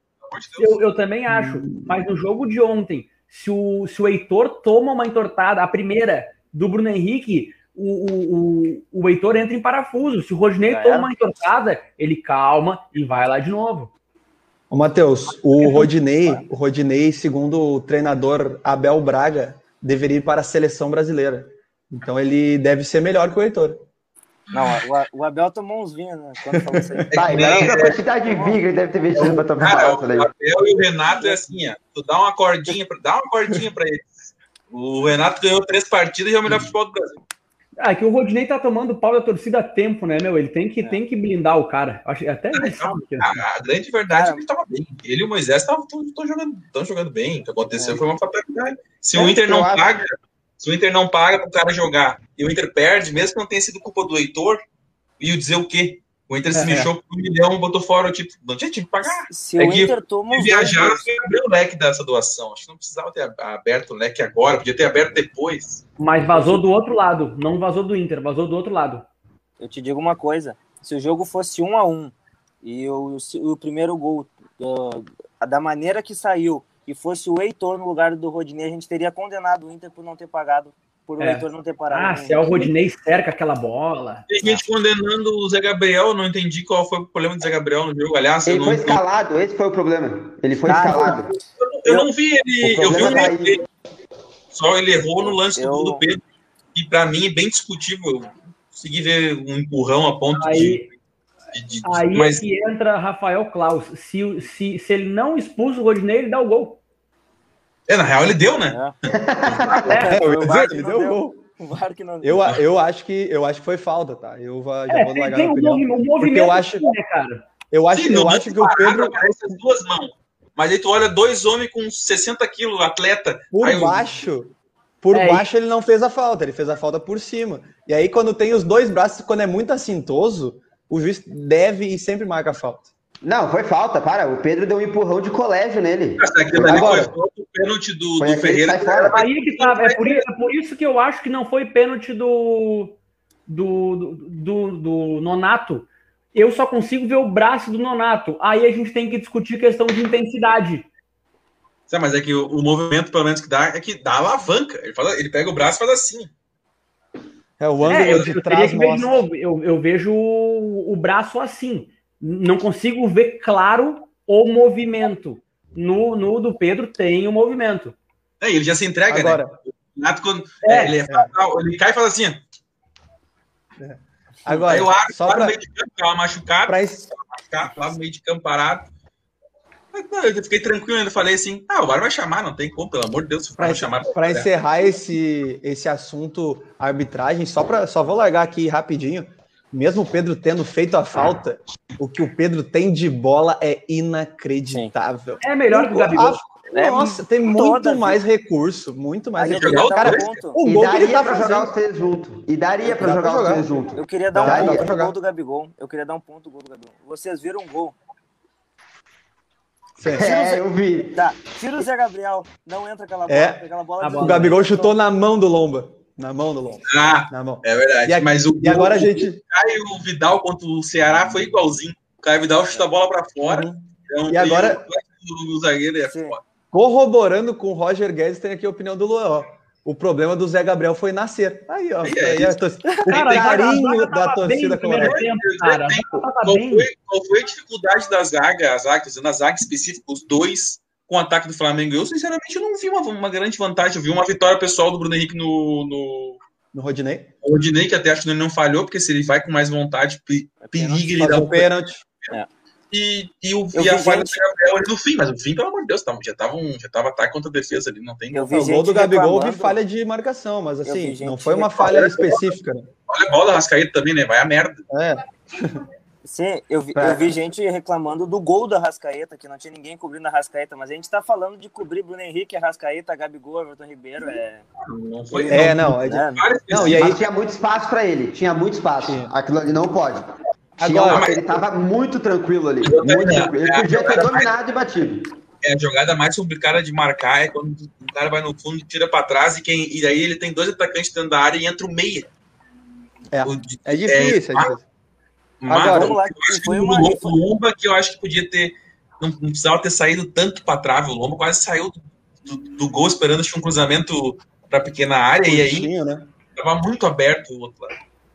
eu, eu também acho, mas no jogo de ontem, se o, se o Heitor toma uma entortada, a primeira do Bruno Henrique, o, o, o Heitor entra em parafuso. Se o Rodinei Já toma era. uma entortada, ele calma e vai lá de novo. Ô, Matheus, o Rodinei, o Rodinei, segundo o treinador Abel Braga, deveria ir para a seleção brasileira. Então ele deve ser melhor que o Heitor. Não, o, o Abel tomou uns vinhos, né? Quando falou isso aí. Tá, imagina a quantidade de vinho que ele deve ter vestido pra tomar. Cara, o Abel e o Renato é assim, ó. Tu dá uma cordinha, pra, dá uma cordinha pra eles. O Renato ganhou três partidas e é o melhor futebol do Brasil. Ah, que o Rodinei tá tomando pau da torcida há tempo, né, meu? Ele tem que, é. tem que blindar o cara. Acho, até ele sabe que a, a grande verdade é que ele tava bem. Ele e o Moisés estão jogando, jogando bem. O que aconteceu é. foi uma fatalidade. Se é, o Inter não paga, acho... se o Inter não paga pro cara jogar e o Inter perde, mesmo que não tenha sido culpa do Heitor, e dizer o quê? O Inter se é, mexeu por um milhão, botou fora o tipo. Não tinha time que pagar. Se é o Inter toma que viajar foi abrir o leque dessa doação. Acho que não precisava ter aberto o leque agora, podia ter aberto depois. Mas vazou do outro lado, não vazou do Inter, vazou do outro lado. Eu te digo uma coisa: se o jogo fosse um a um e o, o primeiro gol uh, da maneira que saiu e fosse o Heitor no lugar do Rodinei, a gente teria condenado o Inter por não ter pagado. Por o é. Heitor não ter parado. Ah, se é o Rodinei cerca aquela bola. Tem gente condenando o Zé Gabriel, não entendi qual foi o problema do Zé Gabriel no jogo. Aliás, ele eu foi não... escalado, esse foi o problema. Ele foi ah, escalado. Eu, eu não vi ele, eu vi um ele, só ele errou no lance eu... do gol do Pedro, e pra mim é bem discutível. Eu consegui ver um empurrão a ponto aí, de... de, de aí mas... é que entra Rafael Klaus. Se, se, se ele não expulsa o Rodinei, ele dá o gol. É, na real ele deu, né? É, é, eu dizer, ele deu o gol. Que não deu. Eu, eu, acho que, eu acho que foi falta, tá? Eu já é, vou largar tem a opinião. Um movimento eu acho, né, cara? Eu acho, Sim, eu acho que o Pedro... Aparece as duas mãos. Mas aí tu olha dois homens com sessenta quilos, atleta. Por aí baixo, eu... por é, baixo ele não fez a falta, ele fez a falta por cima. E aí quando tem os dois braços, quando é muito assintoso, o juiz deve e sempre marca a falta. Não, foi falta, para. O Pedro deu um empurrão de colégio nele. Nossa, aquilo ali foi falta, o pênalti do, do Ferreira. Aí que tá, é, por, é por isso que eu acho que não foi pênalti do, do, do, do, do Nonato. Eu só consigo ver o braço do Nonato. Aí a gente tem que discutir questão de intensidade. Sim, mas é que o, o movimento, pelo menos, que dá, é que dá alavanca. Ele, faz, ele pega o braço e faz assim. É o ângulo é, eu, de eu trás. Que ver de novo. Eu, eu vejo o, o braço assim. Não consigo ver claro o movimento. No, no do Pedro tem o movimento. É, ele já se entrega, agora, né? O Renato, quando, é, ele, é, é. ele cai e faz assim. É. Agora, aí eu acho só lá pra... no meio de campo, tava machucado, pra... machucado, lá no meio de campo parado. Não, eu fiquei tranquilo, ainda falei assim, ah, o VAR vai chamar, não tem como, pelo amor de Deus. Para chamar. Para encerrar esse, esse assunto arbitragem, só, pra, só vou largar aqui rapidinho. Mesmo o Pedro tendo feito a falta, o que o Pedro tem de bola é inacreditável. É melhor que o Gabigol. É Nossa, tem muito mais recurso, muito mais Aí eu recurso. queria Cara, dar um ponto. o E gol que ele daria tá pra jogar fazendo. os três juntos. E daria pra Dá jogar pra os jogar. três juntos. Eu queria dar um Daria ponto pra pro jogar. gol do Gabigol. Eu queria dar um ponto pro gol do Gabigol. Vocês viram um gol? Sim. É, eu vi. Tá, tira o Zé Gabriel. Não entra aquela bola. É. Aquela bola A de- bola. O Gabigol chutou na mão do Lomba. Na mão do Lomba. Ah, Na mão. é verdade. E, a- Mas o e agora a o gente. Caio Vidal contra o Ceará foi igualzinho. O Caio Vidal chuta a bola pra fora. Uhum. Então, E agora- o, o zagueiro é Sim. foda. Corroborando com o Roger Guedes, tem aqui a opinião do Luan. Ó. O problema do Zé Gabriel foi nascer. Aí, ó. Aí é Aí, a isso. torcida- Cara, o a zaga- a carinho zaga da tava bem torcida no primeiro colorada. tempo, cara. A zaga tava Qual bem. foi, qual foi a dificuldade da zaga, a zaga, dizendo a zaga específica, os dois com o ataque do Flamengo? Eu, sinceramente, não vi uma, uma grande vantagem. Eu vi uma vitória pessoal do Bruno Henrique no, no, No Rodinei. no Rodinei, que até acho que ele não falhou, porque se ele vai com mais vontade, pe- periga ele Faz dar um um pênalti. E, e, o, Eu e a vi falha gente- do Gabriel ali no fim, mas no fim, pelo amor de Deus, tava, já, tava um, já tava ataque contra a defesa ali, não tem. Eu vi O gol gente do Gabigol houve reclamando- falha de marcação, mas vi assim, gente não foi uma reclamando. falha específica. Né? Olha a bola da Rascaeta também, né? Vai a merda. É. Sim, eu vi, É. eu vi gente reclamando do gol da Rascaeta, que não tinha ninguém cobrindo a Rascaeta, mas a gente tá falando de cobrir Bruno Henrique, Rascaeta, Gabigol, Everton Ribeiro, é... Não foi. É, não. É de- né? Não, e aí, Mas tinha muito espaço pra ele. Tinha muito espaço. Tinha. Aquilo ali não pode. Tinha Agora- uma- ele tava muito tranquilo ali. Eu Muito também, tranquilo. Ele é, podia ter é, dominado e batido. É, a jogada mais complicada de marcar é quando o cara vai no fundo, tira pra trás e, quem, e aí ele tem dois atacantes dentro da área e entra o meia. É. O- é difícil, é difícil. Mas Agora, vamos lá, eu acho e foi que uma- o o Lomba, que eu acho que podia ter. Não, não precisava ter saído tanto pra trave. O Lomba quase saiu do, do, do gol esperando acho, um cruzamento pra pequena área e aí Curtinho, né? tava muito aberto o outro lado.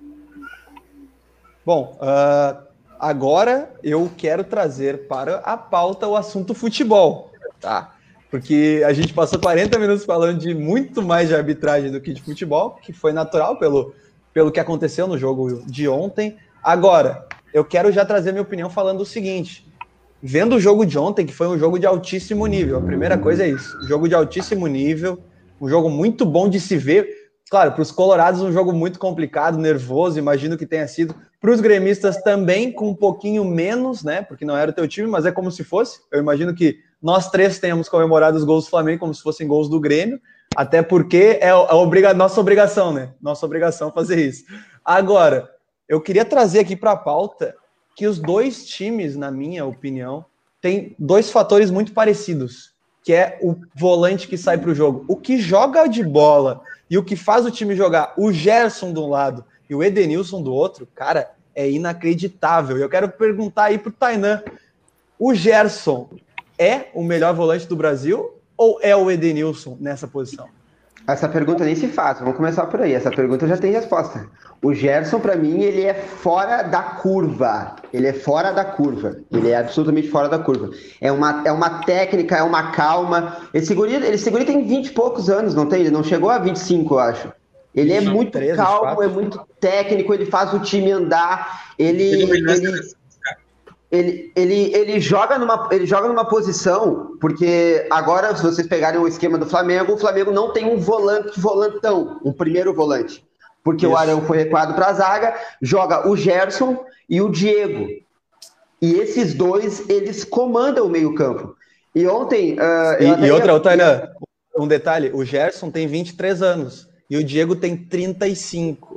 Bom, ah, agora eu quero trazer para a pauta o assunto futebol, tá? Porque a gente passou quarenta minutos falando de muito mais de arbitragem do que de futebol, que foi natural pelo, pelo que aconteceu no jogo de ontem. Agora, eu quero já trazer minha opinião falando o seguinte. Vendo o jogo de ontem, que foi um jogo de altíssimo nível, a primeira coisa é isso, jogo de altíssimo nível, um jogo muito bom de se ver. Claro, para os colorados um jogo muito complicado, nervoso, imagino que tenha sido. Para os gremistas também com um pouquinho menos, né? Porque não era o teu time, mas é como se fosse. Eu imagino que nós três tenhamos comemorado os gols do Flamengo como se fossem gols do Grêmio, até porque é a obriga- nossa obrigação, né? Nossa obrigação fazer isso. Agora, eu queria trazer aqui para a pauta que os dois times, na minha opinião, têm dois fatores muito parecidos, que é o volante que sai para o jogo. O que joga de bola e o que faz o time jogar, o Gerson de um lado e o Edenilson do outro, cara, é inacreditável. E eu quero perguntar aí pro Tainan, o Gerson é o melhor volante do Brasil ou é o Edenilson nessa posição? Essa pergunta nem se faz, vamos começar por aí. Essa pergunta já tem resposta. O Gerson, pra mim, ele é fora da curva. Ele é fora da curva. Ele é absolutamente fora da curva. É uma, é uma técnica, é uma calma. Esse guri, ele, esse guri tem vinte e poucos anos, não tem? Ele não chegou a vinte e cinco, eu acho. Ele é muito treze, calmo, quatro. é muito técnico, ele faz o time andar. Ele, Ele- ele, ele, ele, ele, joga numa, ele joga numa posição, porque agora, se vocês pegarem o esquema do Flamengo, o Flamengo não tem um volante, volantão, um primeiro volante. Porque Isso. o Arão foi recuado para a zaga, joga o Gerson e o Diego. E esses dois, eles comandam o meio-campo. E ontem. Uh, eu até E, e outra, ia- ô, Tainan, um detalhe: o Gerson tem vinte e três anos e o Diego tem trinta e cinco.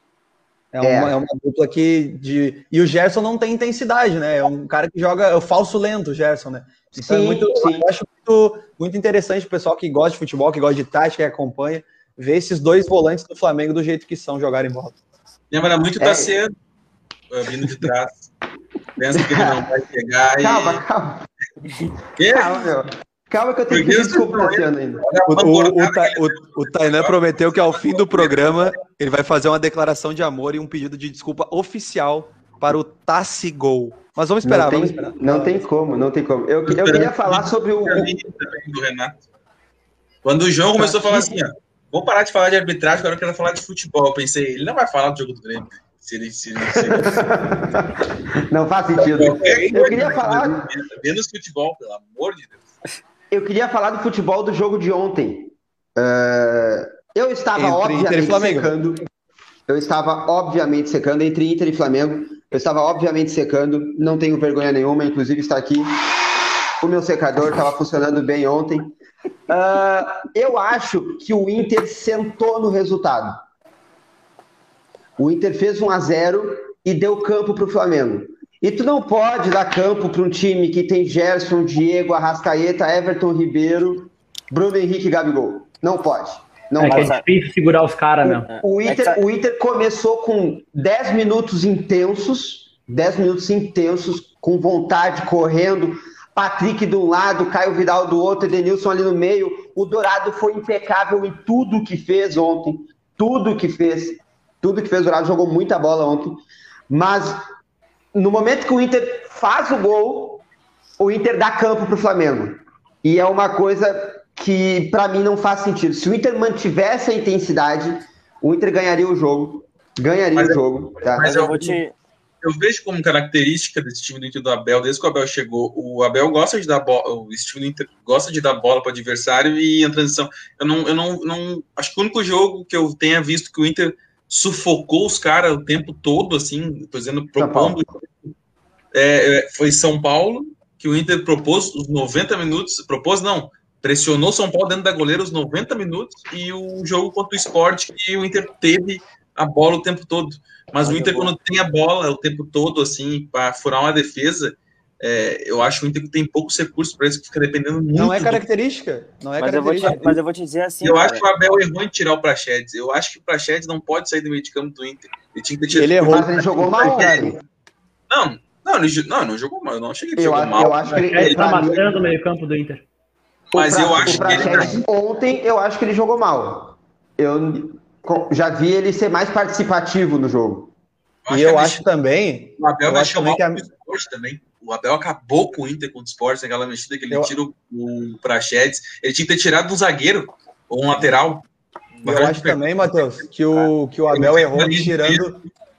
É uma, É. é uma dupla que. De... E o Gerson não tem intensidade, né? É um cara que joga. É o falso lento, o Gerson, né? Então Sim, é muito, sim. eu acho muito, muito interessante o pessoal que gosta de futebol, que gosta de tática, que acompanha, ver esses dois volantes do Flamengo do jeito que são jogarem bola. Lembra muito É. tá cedo, vindo de trás. Pensa que ele não vai chegar e. Calma, calma. Quê? Calma, meu. Calma que eu tenho que Porque pedir desculpa isso- pro Luciano ainda. Olha a O, o, o, bordada Ta- que ele- o- o Tainan prometeu que ao fim do programa ele vai fazer uma declaração de amor e um pedido de desculpa oficial para o Tassigol. Mas vamos esperar, não, tem, vamos esperar. não tem como, não tem como. Eu, eu queria falar sobre o. o- também do Renato. Quando o João começou a falar assim, ó, vamos parar de falar de arbitragem, agora eu quero falar de futebol. Eu pensei, ele não vai falar do jogo do Grêmio. Se ele, se ele, se ele... Não faz sentido. Qualquer Eu queria coisa, falar. menos futebol, pelo amor de Deus. Eu queria falar do futebol do jogo de ontem. Uh, eu estava Entre obviamente Inter e Flamengo. secando. Eu estava obviamente secando entre Inter e Flamengo. Eu estava obviamente secando. Não tenho vergonha nenhuma, inclusive está aqui o meu secador estava funcionando bem ontem. Uh, eu acho que o Inter sentou no resultado. O Inter fez um a zero e deu campo para o Flamengo. E tu não pode dar campo para um time que tem Gerson, Diego, Arrascaeta, Everton Ribeiro, Bruno Henrique e Gabigol. Não pode. Não é pode. que é difícil segurar os caras mesmo. O Inter, o Inter começou com dez minutos intensos, dez minutos intensos, com vontade, correndo. Patrick de um lado, Caio Vidal do outro, Edenilson ali no meio. O Dourado foi impecável em tudo que fez ontem. Tudo que fez. Tudo que fez. O Dourado jogou muita bola ontem. Mas no momento que o Inter faz o gol, o Inter dá campo para o Flamengo. E é uma coisa que para mim não faz sentido. Se o Inter mantivesse a intensidade, o Inter ganharia o jogo. Ganharia mas o jogo. Tá? Mas eu vou te... Eu vejo como característica desse time do Inter do Abel, desde que o Abel chegou, o Abel gosta de dar bola, o time do Inter gosta de dar bola para o adversário e em transição. Eu não, eu não, não, acho que o único jogo que eu tenha visto que o Inter sufocou os caras o tempo todo, assim, tô dizendo, propondo, é, foi São Paulo, que o Inter propôs os noventa minutos, propôs não, pressionou São Paulo dentro da goleira os noventa minutos e o jogo contra o Sport, que o Inter teve a bola o tempo todo. Mas o Inter, quando tem a bola o tempo todo, assim, para furar uma defesa, é, eu acho que o Inter tem poucos recursos para isso, que fica dependendo muito. Não é característica. Não é mas, característica. Eu vou te, mas eu vou te dizer assim. Eu cara, acho que o Abel errou em tirar o Praxedes. Eu acho que o Praxedes não pode sair do meio de campo do Inter. Ele tinha que ter tirado. Ele errou. Mas ele jogou mal, velho. Não, não, ele não, não jogou mal. Eu não achei que ele eu jogou acho, mal. Eu acho que ele, ele tá mim, matando o meio campo do Inter. Mas pra, eu acho que ele... Ontem eu acho que ele jogou mal. Eu já vi ele ser mais participativo no jogo. Eu e eu acho deixou... também... O Abel vai chamar que a... o Sport também. O Abel acabou com o Inter contra o Sport, naquela mexida que ele eu... tira o, o Praxedes. Ele tinha que ter tirado um zagueiro ou um lateral. Eu acho também, Matheus, que o, que o Abel errou tirando...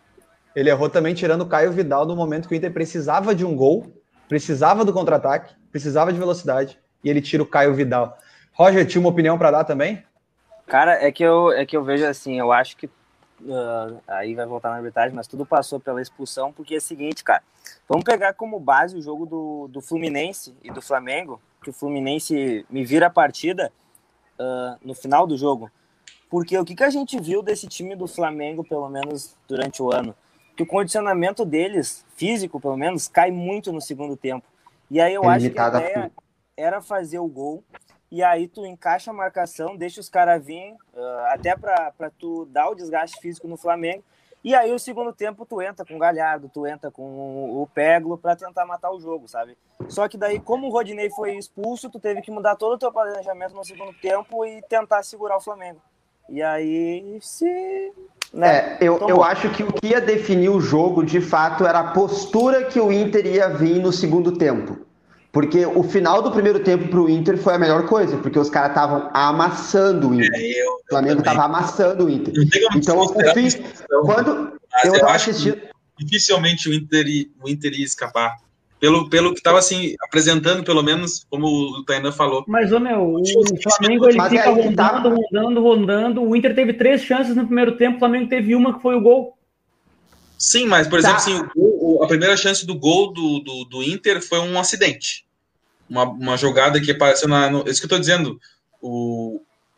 Ele errou também tirando o Caio Vidal no momento que o Inter precisava de um gol, precisava do contra-ataque, precisava de velocidade, e ele tira o Caio Vidal. Roger, tinha uma opinião para dar também? Cara, é que eu, é que eu vejo assim, eu acho que uh, aí vai voltar na arbitragem, mas tudo passou pela expulsão, porque é o seguinte, cara, vamos pegar como base o jogo do, do Fluminense e do Flamengo, que o Fluminense me vira a partida uh, no final do jogo, porque o que, que a gente viu desse time do Flamengo, pelo menos durante o ano, que o condicionamento deles, físico pelo menos, cai muito no segundo tempo, e aí eu é acho que a ideia era fazer o gol, e aí tu encaixa a marcação, deixa os caras virem, uh, até para tu dar o desgaste físico no Flamengo, e aí o segundo tempo tu entra com o Galhardo, tu entra com o Peglo para tentar matar o jogo, sabe? Só que daí, como o Rodinei foi expulso, tu teve que mudar todo o teu planejamento no segundo tempo e tentar segurar o Flamengo. E aí, se... Né, é, eu, eu acho que o que ia definir o jogo, de fato, era a postura que o Inter ia vir no segundo tempo. Porque o final do primeiro tempo pro Inter foi a melhor coisa, porque os caras estavam amassando o Inter. É, eu, eu o Flamengo estava amassando o Inter. Então, o fim, quando eu, eu acho assistindo... que dificilmente o Inter, o Inter ia escapar. Pelo, pelo que estava assim, apresentando, pelo menos, como o Tainan falou. Mas, ô meu, o Flamengo ele fica rondando, tá... rondando, rondando. O Inter teve três chances no primeiro tempo, o Flamengo teve uma que foi o gol. Sim, mas, por exemplo, tá. assim, o gol, a primeira chance do gol do, do, do Inter foi um acidente. Uma, uma jogada que apareceu na... No, isso que eu tô dizendo. O,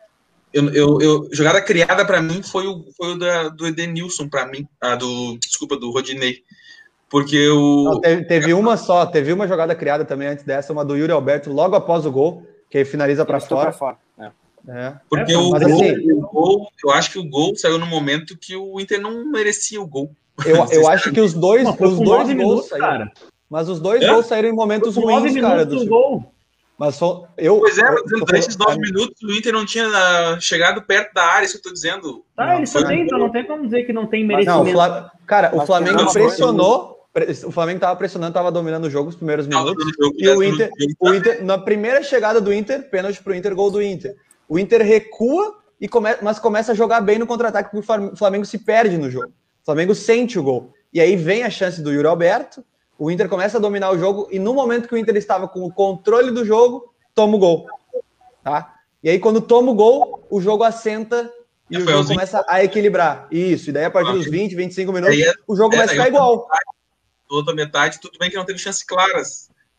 eu, eu, eu, jogada criada para mim foi o, foi o da, do Edenilson, para mim. Ah, do, desculpa, do Rodinei. Porque o... Não, teve, teve uma só, teve uma jogada criada também antes dessa, uma do Yuri Alberto, logo após o gol, que aí finaliza para fora. fora. É. É. Porque é, o, gol, assim, o gol, eu acho que o gol saiu no momento que o Inter não merecia o gol. Eu, eu acho que os dois, não, os dois gols minutos, saíram. Cara. Mas os dois é? gols saíram em momentos ruins, cara. Do gol. Mas só, eu, pois é, mas eu, durante esses nove minutos o Inter não tinha chegado perto da área, isso que eu tô dizendo. Tá, eles também, então não tem como dizer que não tem merecimento. Não, o Fla... Cara, mas o Flamengo pressionou, o Flamengo tava pressionando, tava dominando o jogo os primeiros minutos, jogo, e o Inter, o Inter, na primeira chegada do Inter, pênalti pro Inter, gol do Inter. O Inter recua, e come... mas começa a jogar bem no contra-ataque, porque o Flamengo se perde no jogo. O Flamengo sente o gol. E aí vem a chance do Yuri Alberto, o Inter começa a dominar o jogo, e no momento que o Inter estava com o controle do jogo, toma o gol. Tá? E aí, quando toma o gol, o jogo assenta e é, o jogo começa a equilibrar. Isso, e daí a partir dos vinte, vinte e cinco minutos, é, o jogo é, começa a ficar igual. Outra metade, tudo bem que não teve chances claras.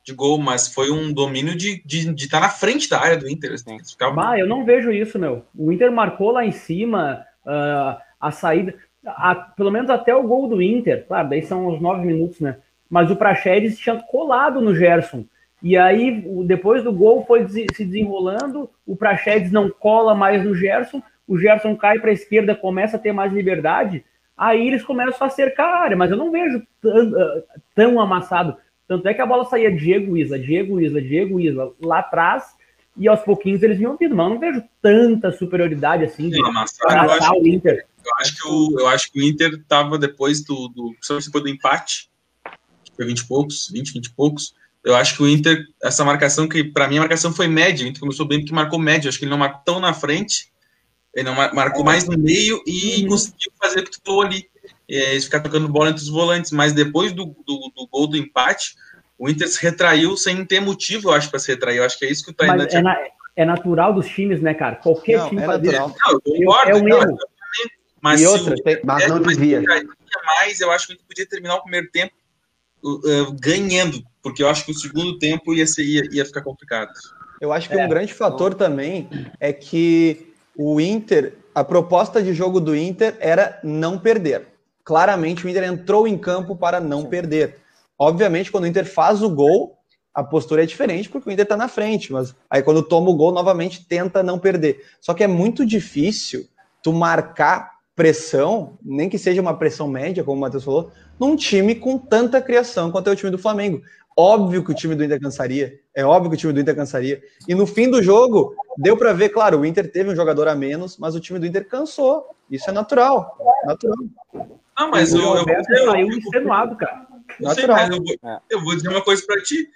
de gol, mas foi um domínio de estar de, de tá na frente da área do Inter. Assim, ficava... Ah, eu não vejo isso, meu. O Inter marcou lá em cima, uh, a saída, a, pelo menos até o gol do Inter, claro, daí são os nove minutos, né? Mas o Praxedes tinha colado no Gerson. E aí, depois do gol, foi se desenrolando, o Praxedes não cola mais no Gerson, o Gerson cai para a esquerda, começa a ter mais liberdade, aí eles começam a cercar a área, mas eu não vejo tão, tão amassado. Tanto é que a bola saía Diego Isla, Diego Isla, Diego Isla, lá atrás, e aos pouquinos eles vinham vindo, mas eu não vejo tanta superioridade assim de amassar o Inter. Eu acho que o, eu acho que o Inter estava depois do, do, depois do empate, foi vinte e poucos, vinte, vinte e poucos, eu acho que o Inter, essa marcação que, para mim, a marcação foi média, o Inter começou bem porque marcou média, acho que ele não marcou tão na frente, ele não marcou mais no meio e uhum. conseguiu fazer o que tu falou ali, é, ficar tocando bola entre os volantes, mas depois do, do, do gol do empate, o Inter se retraiu sem ter motivo, eu acho, para se retrair, eu acho que é isso que o Tainan tinha... É, na, é natural dos times, né, cara? Qualquer não, time é fazer. natural. Não, eu concordo, é um não, erro. Mas, e se outra, o, tem... mas não devia. Mais, eu acho que a gente podia terminar o primeiro tempo uh, ganhando, porque eu acho que o segundo tempo ia, ser, ia, ia ficar complicado. Eu acho que é. um grande fator também é que o Inter, a proposta de jogo do Inter era não perder. Claramente o Inter entrou em campo para não Sim. perder. Obviamente, quando o Inter faz o gol, a postura é diferente, porque o Inter está na frente, mas aí quando toma o gol, novamente tenta não perder. Só que é muito difícil tu marcar pressão, nem que seja uma pressão média, como o Matheus falou, num time com tanta criação quanto é o time do Flamengo. Óbvio que o time do Inter cansaria, é óbvio que o time do Inter cansaria. E no fim do jogo, deu para ver, claro, o Inter teve um jogador a menos, mas o time do Inter cansou. Isso é natural, natural. Não, mas o Roberto saiu extenuado, cara. Não sei, mas eu, vou, eu vou dizer uma coisa para ti.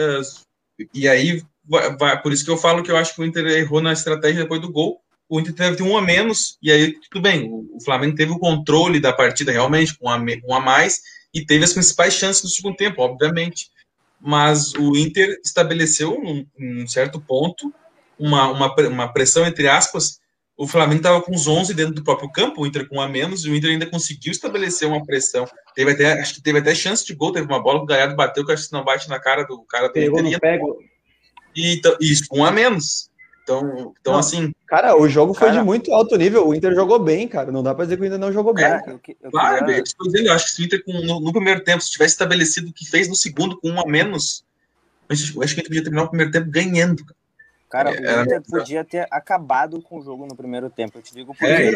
Uh, e aí, vai, vai, por isso que eu falo que eu acho que o Inter errou na estratégia depois do gol. O Inter teve um a menos, e aí tudo bem. O, o Flamengo teve o controle da partida realmente, com um, um a mais, e teve as principais chances no segundo tempo, obviamente. Mas o Inter estabeleceu, num, num certo ponto, uma, uma, uma pressão, entre aspas. O Flamengo estava com os onze dentro do próprio campo, o Inter com um a menos, e o Inter ainda conseguiu estabelecer uma pressão. Teve até, acho que teve até chance de gol, teve uma bola que o Galhardo bateu, que acho que não bate na cara do cara do Pegou Inter. No pego. E isso, um a menos. Então, então não, assim... Cara, o jogo foi cara, de muito alto nível, o Inter jogou bem, cara. Não dá pra dizer que o Inter não jogou cara, bem. Eu, eu claro, queria... eu, estou dizendo, eu acho que se o Inter, com, no, no primeiro tempo, se tivesse estabelecido o que fez no segundo com um a menos, eu acho que o Inter podia terminar o primeiro tempo ganhando, cara. Cara, é, o Inter podia ter acabado com o jogo no primeiro tempo. Eu te digo por é, quê.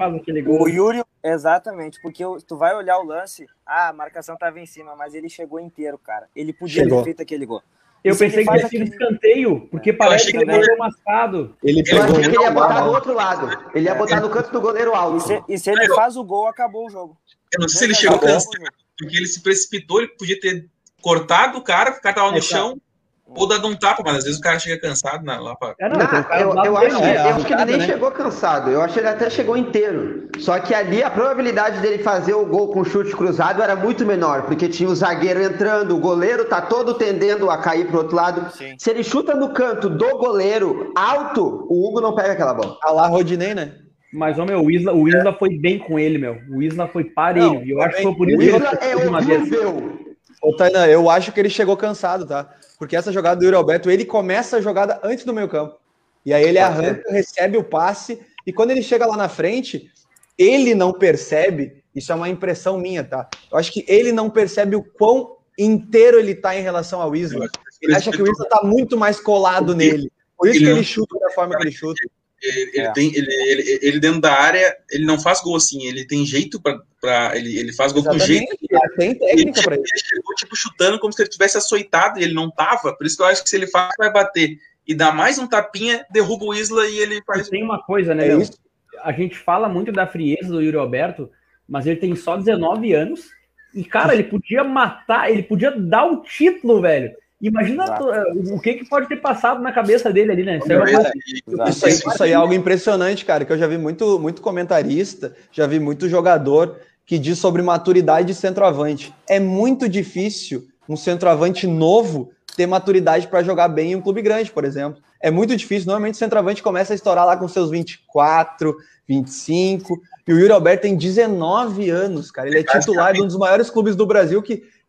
O Yuri, exatamente, porque tu vai olhar o lance, ah, a marcação tava em cima, mas ele chegou inteiro, cara. Ele podia chegou. ter feito aquele gol. Eu e pensei que ia ser escanteio, porque parece que ele foi mascado. Ele pegou. Eu achei que ele ia botar do outro lado. Ele ia botar no canto do goleiro alto. E se, e se ele faz o gol, acabou o jogo. Eu não sei se ele chegou cansado, porque ele se precipitou, ele podia ter cortado o cara, o cara tava no é, chão, ou dado um tapa, mas às vezes o cara chega cansado na, lá pra... É, não, não, eu, eu, acho, que, eu acho que ele nem né? chegou cansado, eu acho que ele até chegou inteiro. Só que ali a probabilidade dele fazer o gol com chute cruzado era muito menor, porque tinha o zagueiro entrando, o goleiro tá todo tendendo a cair pro outro lado. Sim. Se ele chuta no canto do goleiro alto, o Hugo não pega aquela bola. A lá Rodinei, né? Mas, ó, meu, o Isla, o Isla foi bem com ele, meu. O Isla foi parelho. E eu acho que foi por isso que ele é horrível. Ô, Tainan, eu acho que ele chegou cansado, tá? Porque essa jogada do Yuri Alberto, ele começa a jogada antes do meio campo. E aí ele arranca, recebe o passe, e quando ele chega lá na frente, ele não percebe, isso é uma impressão minha, tá? Eu acho que ele não percebe o quão inteiro ele tá em relação ao Isla. Ele acha que o Isla tá muito mais colado nele. Por isso que ele chuta da forma que ele chuta. Ele, ele, é. tem, ele, ele, ele dentro da área, ele não faz gol assim, ele tem jeito pra, pra ele, ele faz gol Exatamente. com jeito. Ele tem técnica ele, pra ele. Ele chegou tipo chutando como se ele tivesse açoitado e ele não tava, por isso que eu acho que se ele faz, vai bater e dá mais um tapinha, derruba o Isla e ele faz. Tem uma coisa, né, é meu? A gente fala muito da frieza do Yuri Alberto, mas ele tem só dezenove anos e, cara, ele podia matar, ele podia dar o título, velho. Imagina Exato. o que, que pode ter passado na cabeça dele ali, né? Isso, é coisa... isso, aí, isso aí é algo impressionante, cara, que eu já vi muito, muito comentarista, já vi muito jogador que diz sobre maturidade de centroavante. É muito difícil um centroavante novo ter maturidade para jogar bem em um clube grande, por exemplo. É muito difícil. Normalmente o centroavante começa a estourar lá com seus vinte e quatro, vinte e cinco, e o Yuri Alberto tem dezenove anos, cara. Ele é titular de um dos maiores clubes do Brasil que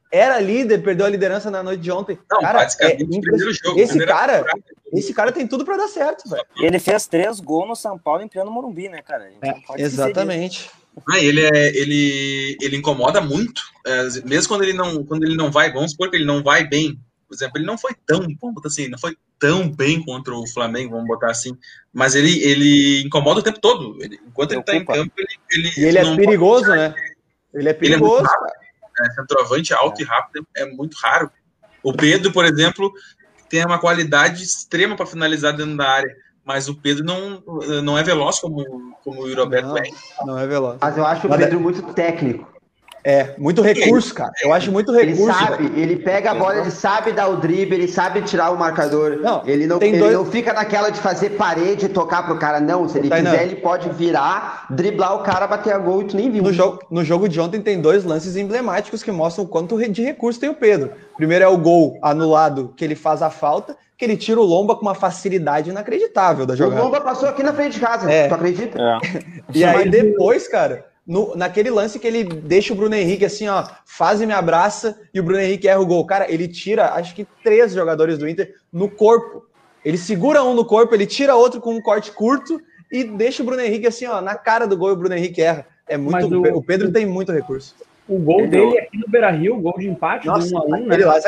era líder, perdeu a liderança na noite de ontem. Não, cara, é primeiro jogo, esse cara, esse cara tem tudo para dar certo, velho. E ele fez três gols no São Paulo em pleno Morumbi, né, cara? É, exatamente. Ah, ele, é, ele, ele incomoda muito, é, mesmo quando ele, não, quando ele não vai, vamos supor que ele não vai bem, por exemplo, ele não foi tão, vamos botar assim, não foi tão bem contra o Flamengo, vamos botar assim, mas ele, ele incomoda o tempo todo, ele, enquanto ele tá em campo, ele... ele e ele é perigoso, pode... né? Ele é perigoso, ele é, é centroavante alto é. e rápido, é muito raro. O Pedro, por exemplo, tem uma qualidade extrema para finalizar dentro da área, mas o Pedro não, não é veloz como, como o Roberto é. Não é veloz. Mas eu acho o Pedro é... muito técnico. É, muito recurso, cara. Eu acho muito recurso. Ele sabe, velho. Ele pega a bola, ele sabe dar o drible, ele sabe tirar o marcador. Não, ele não, ele dois... não fica naquela de fazer parede e tocar pro cara, não. Se ele tá quiser, não. ele pode virar, driblar o cara, bater a gol e tu nem viu. No jogo, no jogo de ontem tem dois lances emblemáticos que mostram o quanto de recurso tem o Pedro. Primeiro é o gol anulado, que ele faz a falta, que ele tira o Lomba com uma facilidade inacreditável da jogada. O Lomba passou aqui na frente de casa, é. Tu acredita? É. E aí depois, cara... No, naquele lance que ele deixa o Bruno Henrique assim, ó, faz e me abraça, e o Bruno Henrique erra o gol. Cara, ele tira, acho que três jogadores do Inter no corpo. Ele segura um no corpo, ele tira outro com um corte curto e deixa o Bruno Henrique assim, ó, na cara do gol e o Bruno Henrique erra. É muito, o, o Pedro tem muito recurso. O gol dele aqui no Beira-Rio, o gol de empate, Nossa, do um a um, né? Ele lá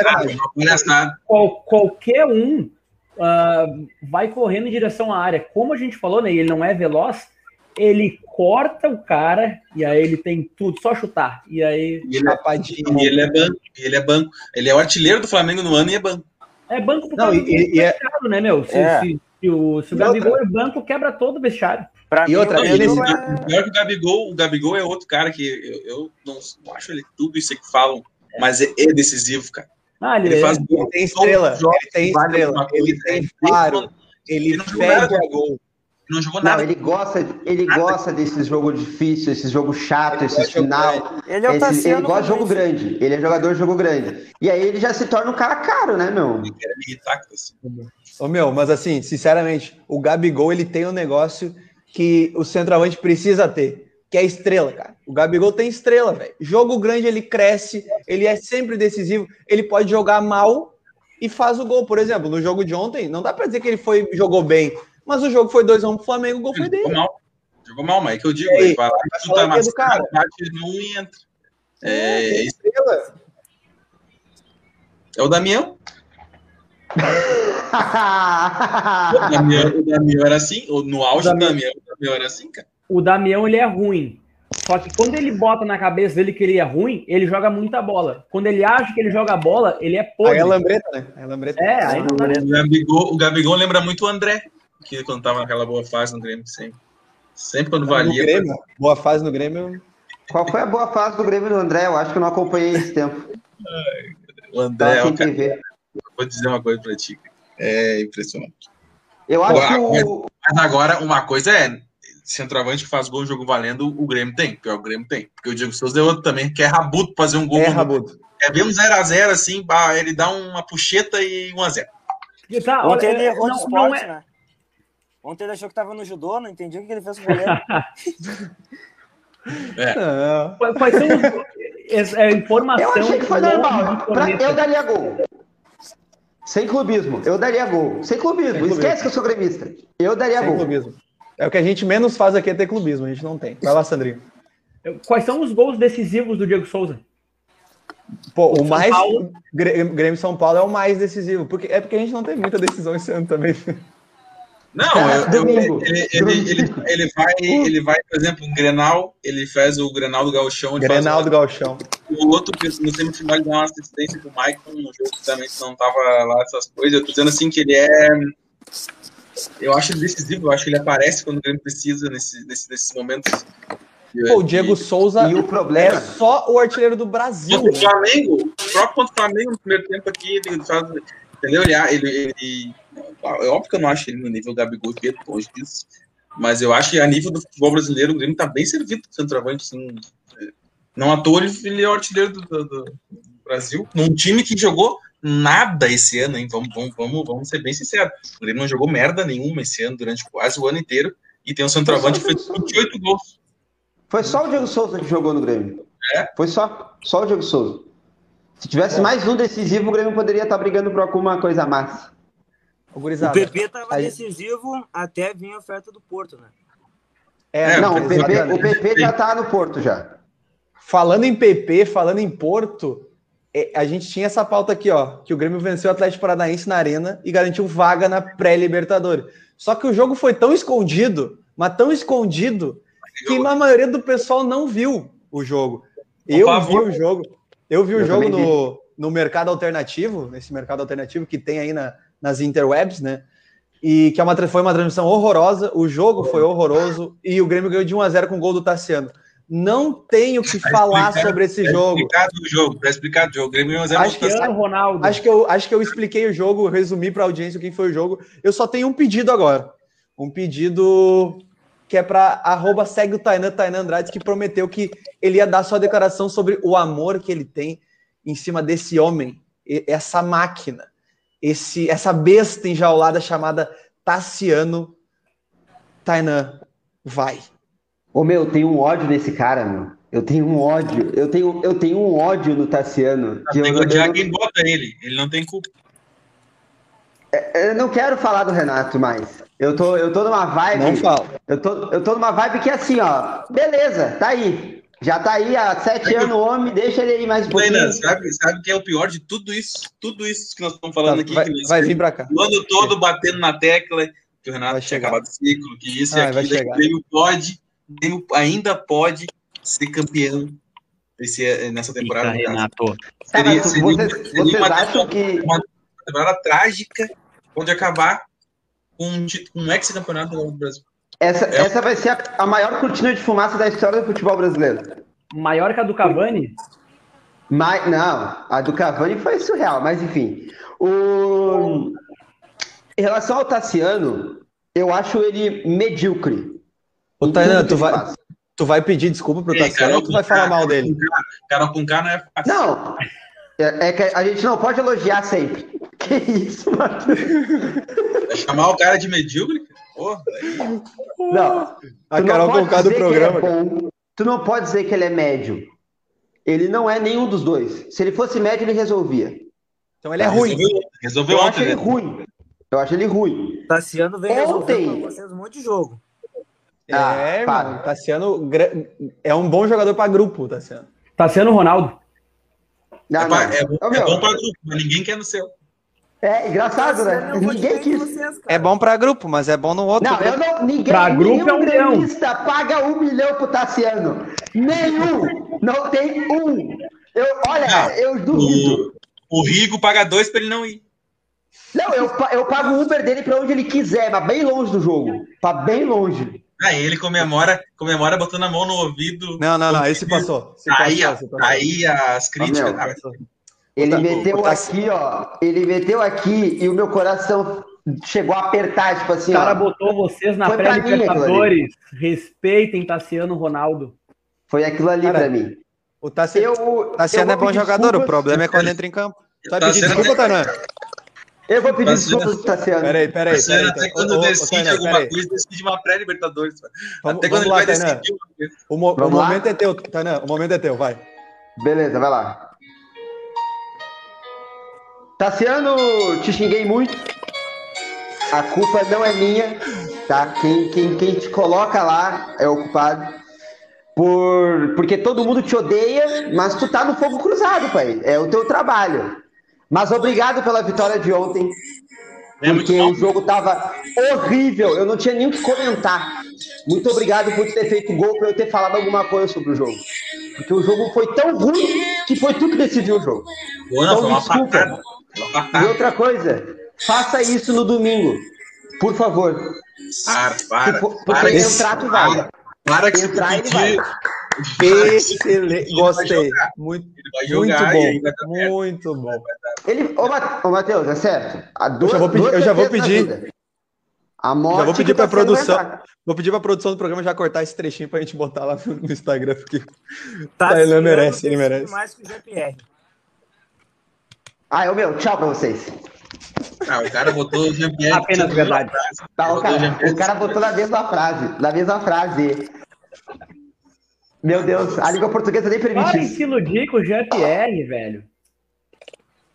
é Qual, qualquer um uh, vai correndo em direção à área. Como a gente falou, né, ele não é veloz, ele corta o cara e aí ele tem tudo, só chutar. E aí. E ele, é, e ele é banco, ele é banco. Ele é o artilheiro do Flamengo no ano e é banco. É banco pro cara do vestiário, né, meu? Se, é. se, se o, se o Gabigol é banco, quebra todo o vestiário. Pra e mim, outra, não, ele ele, é... Pior que o Gabigol, o Gabigol é outro cara que eu, eu não, não acho ele tudo isso que falam, é. mas é, é decisivo, cara. Ah, ele, ele, é. faz ele tem estrela, ele tem estrela, ele tem faro, ele fede a gol. Não jogou nada. Não, ele gosta, ele nada. gosta desses jogos difíceis, esses jogos chatos, esses final. Ele, é esse, ele gosta de jogo grande. Ele é jogador de jogo grande. E aí ele já se torna um cara caro, né, meu? Ele quer me irritar com isso. Ô, meu, mas assim, sinceramente, o Gabigol, ele tem um negócio que o centroavante precisa ter, que é estrela, cara. O Gabigol tem estrela, velho. Jogo grande, ele cresce, ele é sempre decisivo, ele pode jogar mal e faz o gol. Por exemplo, no jogo de ontem, não dá pra dizer que ele foi, jogou bem, mas o jogo foi dois a um pro Flamengo, o gol foi dele. Jogou mal, jogou mal, mas é que eu digo, aí, ele vai lá e chuta mais cara, bate num e entra. É, é estrela. É o Damião. o, Damião o Damião era assim, no auge do Damião, o Damião era assim, cara. O Damião, ele é ruim. Só que quando ele bota na cabeça dele que ele é ruim, ele joga muita bola. Quando ele acha que ele joga bola, ele é podre. Aí é lambreta, né? É, lambreta. É, aí não o, Gabigol, o Gabigol lembra muito o André, que quando tava naquela boa fase no Grêmio, sempre. Sempre quando valia. Grêmio, pra... Boa fase no Grêmio. Qual foi a boa fase do Grêmio do André? Eu acho que eu não acompanhei esse tempo. Ai, o André, é o cara... vou dizer uma coisa pra ti. É impressionante. Eu acho que mas, o... mas agora, uma coisa é centroavante que faz gol, jogo valendo, o Grêmio tem. Pior, o Grêmio tem. Porque o Diego Souza é outro também, que é rabuto fazer um gol. É rabuto. É ver um zero a zero assim, ele dá uma puxeta e um a zero. Tá, ontem ele errou de esporte, é... né? Ontem ele achou que tava no judô, não entendi o que ele fez com o goleiro. é. Quais são os... é, informação... Eu achei que foi normal. Pra... Eu daria gol. Sem clubismo. Eu daria gol. Sem clubismo. Sem clubismo. Esquece que eu sou gremista. Eu daria Sem gol. Clubismo. É o que a gente menos faz aqui é ter clubismo. A gente não tem. Vai lá, Sandrinho. Quais são os gols decisivos do Diego Souza? Pô, o São mais... Paulo. Grêmio São Paulo é o mais decisivo. Porque... É porque a gente não tem muita decisão esse ano também. Não, eu, eu, ele, ele, ele, ele, vai, ele vai, por exemplo, em Grenal, ele faz o Grenal do Gauchão. Grenal faz do Gauchão. O outro, no semifinal, ele dá uma assistência pro Maicon, no jogo que também não tava lá essas coisas. Eu tô dizendo assim que ele é... Eu acho ele decisivo, eu acho que ele aparece quando o Grêmio precisa nesse, nesse, nesses momentos. Pô, o Diego e, Souza e o problema... é só o artilheiro do Brasil. Contra o Flamengo, o próprio contra o Flamengo, no primeiro tempo aqui, ele faz... Entendeu? Ele, ele, ele, é óbvio que eu não acho ele no nível Gabigol e Pedro, longe disso, mas eu acho que a nível do futebol brasileiro o Grêmio tá bem servido do centroavante, assim, não à toa ele é o artilheiro do, do, do Brasil, num time que jogou nada esse ano, hein? Vamos, vamos, vamos, vamos ser bem sinceros, o Grêmio não jogou merda nenhuma esse ano, durante quase o ano inteiro, e tem um centroavante que fez vinte e oito gols. Foi só o Diego Souza que jogou no Grêmio. É? Foi só, só o Diego Souza. Se tivesse mais um decisivo, o Grêmio poderia estar brigando por alguma coisa massa. O P P estava decisivo até vir a oferta do Porto, né? É, não, o P P, o P P já está no Porto já. Falando em P P, falando em Porto, a gente tinha essa pauta aqui, ó, que o Grêmio venceu o Atlético Paranaense na Arena e garantiu vaga na pré-Libertadores. Só que o jogo foi tão escondido, mas tão escondido, que a maioria do pessoal não viu o jogo. Eu vi o jogo, eu vi o jogo no, no mercado alternativo, nesse mercado alternativo que tem aí na, nas interwebs, né? E que é uma, foi uma transmissão horrorosa, o jogo foi horroroso e o Grêmio ganhou de um a zero com o gol do Tassiano. Não tenho o que falar sobre esse jogo. Explicar do jogo, para explicar do jogo. Grêmio acho que eu, Ronaldo. Acho que eu acho que eu expliquei o jogo, resumi para a audiência quem foi o jogo. Eu só tenho um pedido agora. Um pedido que é para arroba segue o Tainan, Tainan Andrade, que prometeu que ele ia dar sua declaração sobre o amor que ele tem em cima desse homem, essa máquina, esse, essa besta enjaulada chamada Tassiano. Tainan, vai. Ô, meu, eu tenho um ódio nesse cara, meu. Eu tenho um ódio. Eu tenho, eu tenho um ódio no Tassiano. Que tem que odiar quem bota ele. Ele não tem culpa. Eu não quero falar do Renato mais. Eu tô, eu tô numa vibe... Não fala. Eu tô, eu tô numa vibe que é assim, ó. Beleza, tá aí. Já tá aí há sete anos o homem, deixa ele aí mais um pouquinho. Renan, sabe, sabe que é o pior de tudo isso? Tudo isso que nós estamos falando tá, aqui. Vai, que vai vir pra cá. O ano todo batendo na tecla que o Renato vai tinha chegar. acabado o ciclo, que isso ah, e aquilo. O Grêmio pode... ainda pode ser campeão desse, nessa temporada. Fica, Renato. Seria, seria, vocês, seria vocês uma, acham que... uma temporada trágica, pode acabar com um, um ex-campeonato do Brasil. Essa, é. essa vai ser a, a maior cortina de fumaça da história do futebol brasileiro. Maior que a do Cavani? Mas, não, a do Cavani foi surreal, mas enfim. O... Em relação ao Tassiano, eu acho ele medíocre. Ô, Tainan, tu vai, tu vai pedir desculpa pro Tassiano ou tu vai falar mal dele? Carol com K não é fácil. Não, é, é que a gente não pode elogiar sempre. Que isso, Matheus? Vai chamar o cara de medíocre? Porra, não. A Carol com K do programa. É bom, tu não pode dizer que ele é médio. Ele não é nenhum dos dois. Se ele fosse médio, ele resolvia. Então ele é ruim. Resolveu, resolveu Eu ontem, acho ele né? ruim. Eu acho ele ruim. Tassiano vem Ontem... resolvendo pra vocês um monte de jogo. Ah, é, mano, Tassiano é um bom jogador para grupo, Tassiano. Tassiano Ronaldo. Não, é, não. Pra, é, bom, Ô, é bom para grupo, mas ninguém quer no seu. É engraçado, né? Ninguém quis. Vocês, é bom para grupo, mas é bom no outro. Não, eu não. Ninguém. Pra grupo é um gremista paga um milhão pro Tassiano. Nenhum. Não tem um. Eu, olha, não, eu duvido. O, o Rigo paga dois para ele não ir. Não, eu, eu pago o Uber dele para onde ele quiser, mas bem longe do jogo. Pra bem longe. Aí ele comemora, comemora botando a mão no ouvido. Não, não, não, esse passou. Esse aí, passou, passou. Aí as críticas. Ah, ele o, meteu o, aqui, ó. Ele meteu aqui e o meu coração chegou a apertar, tipo assim. O cara ó, botou vocês na pré-Libertadores. Respeitem Tassiano Ronaldo. Foi aquilo ali cara, pra mim. O Tassiano, eu, Tassiano eu é bom jogador, desculpas. O problema é quando entra em campo. Tu vai pedir desculpa, Tainan? Eu vou pedir desculpas pro Tassiano. Peraí, peraí. Tassiano, até quando decide alguma coisa, decide uma pré-Libertadores. Até quando ele vai decidir uma coisa. O, mo o momento é teu, Tainan. O momento é teu, vai. Beleza, vai lá. Tassiano, te xinguei muito. A culpa não é minha, tá? Quem, quem, quem te coloca lá é o culpado. Por, porque todo mundo te odeia, mas tu tá no fogo cruzado, pai. É o teu trabalho. Mas obrigado pela vitória de ontem. Porque o jogo tava horrível. Eu não tinha nem o que comentar. Muito obrigado por ter feito gol, por eu ter falado alguma coisa sobre o jogo. Porque o jogo foi tão ruim que foi tu que decidiu o jogo. Boa, então, desculpa. E outra coisa, faça isso no domingo. Por favor. Para, para. Porque para entrar, tu vai. Para que entrar, ele vai. Excelente, gostei. Muito, muito bom. Muito bom. Ele, ô, ô Matheus, é certo. A duas, eu já vou pedir. Eu já vou pedir, a morte já vou pedir para a tá produção. Vou pedir para a produção do programa já cortar esse trechinho para a gente botar lá no Instagram, porque tá, ele merece, ele merece. Mais que o G P R. Ah, é o meu. Tchau para vocês. Ah, o cara botou o Jean-Pierre. Apenas verdade. Tá, o, cara, o cara botou na mesma frase. Na mesma frase. Meu Deus, a língua portuguesa nem permite Para isso. em se iludir com o Jean-Pierre, velho.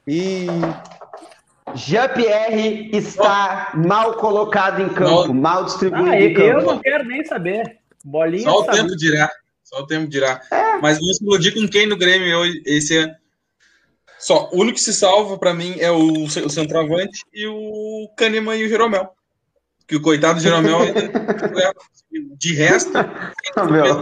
E Jean-Pierre está oh. mal colocado em campo, não. mal distribuído ah, em campo. Eu não quero nem saber. Bolinha Só o sabe. tempo dirá. Só o tempo dirá. É. Mas vamos explodir com quem no Grêmio hoje, esse ano? Só, o único que se salva pra mim é o, o centroavante e o Kahneman e o Jeromel. Que o coitado do Jeromel, de resto... meu.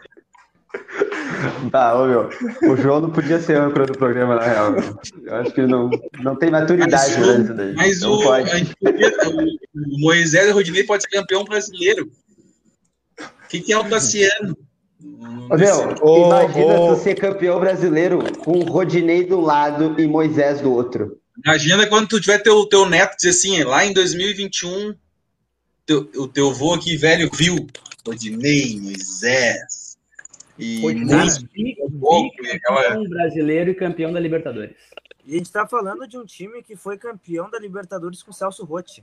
Tá, ô, meu. O João não podia ser âncora do programa, na real. Meu. Eu acho que ele não, não tem maturidade mas, nisso daí. Mas o, pode. A gente podia, o, o Moisés e o Rodinei pode ser campeão brasileiro. O que, que é o Tassiano? Ô, meu, oh, imagina oh. tu ser campeão brasileiro com o Rodinei do lado e Moisés do outro. Imagina quando tu tiver teu, teu neto dizer assim, lá em dois mil e vinte e um, teu, o teu vô aqui velho viu Rodinei, Moisés e campeão brasileiro e campeão da Libertadores. E a gente tá falando de um time que foi campeão da Libertadores com o Celso Rotti.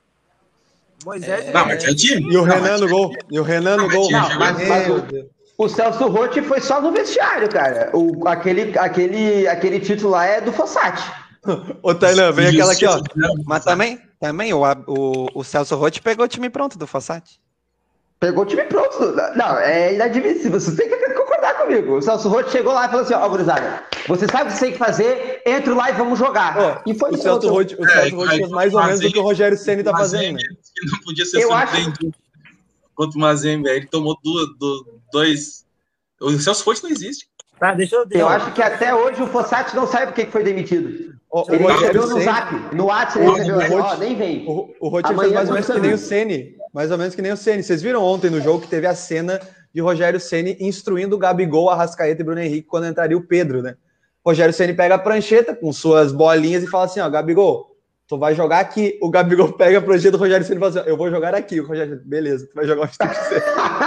Moisés é... Não, mas tinha time. E o Renan no gol. E o Renan no gol. Não, mas, mas o, o Celso Rotti foi só no vestiário, cara. O, aquele, aquele, aquele título lá é do Fossati. Ô, Tainan, vem aquela aqui, ó. Mas também, também o, o, o Celso Rotti pegou o time pronto do Fossati. Pegou o time pronto. Não, é inadmissível. Você tem que concordar comigo. O Celso Rotti chegou lá e falou assim, ó, oh, gurizada, você sabe o que você tem que fazer, entra lá e vamos jogar. Oh, e foi o Celso Rotti o Celso Rotti fez mais ou menos o que o Rogério Ceni tá fazendo. Ele não podia ser surpreendido contra o Mazembe. Ele tomou duas, dois... O Celso Rotti não existe. Tá, deixa eu... Eu acho que até hoje o Fossati não sabe por que foi demitido. Oh, ele recebeu no Zap, no WhatsApp, ele recebeu, ó, nem vem. O, o Rotti fez mais ou menos que nem o Ceni. Mais ou menos que nem o Ceni. Vocês viram ontem no jogo que teve a cena de Rogério Ceni instruindo o Gabigol, Arrascaeta e Bruno Henrique quando entraria o Pedro, né? Rogério Ceni pega a prancheta com suas bolinhas e fala assim, ó, Gabigol, tu vai jogar aqui. O Gabigol pega a prancheta do Rogério Ceni e fala assim, eu vou jogar aqui. O Rogério, beleza, tu vai jogar onde tu quiser.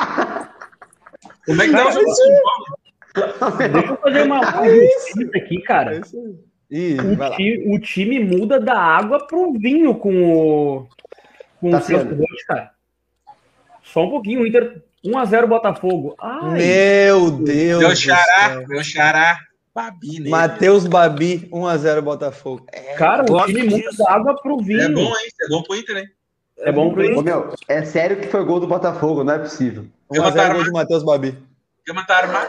Como é que dá o jogo de São Paulo? Deixa eu fazer uma justiça aqui, cara. Ih, o, ti, o time muda da água pro vinho com o com tá o Celso Rotti, cara. Só um pouquinho, o Inter um a zero Botafogo. Ai, meu Deus. Meu xará, meu xará. Babi, né? Matheus Babi, um a zero Botafogo. É, cara, o time muda da água pro vinho. É bom, hein? É bom pro Inter, hein? É bom pro Inter. Ô, meu, é sério que foi gol do Botafogo, não é possível. um a zero gol do Matheus Babi. Quer matar armado?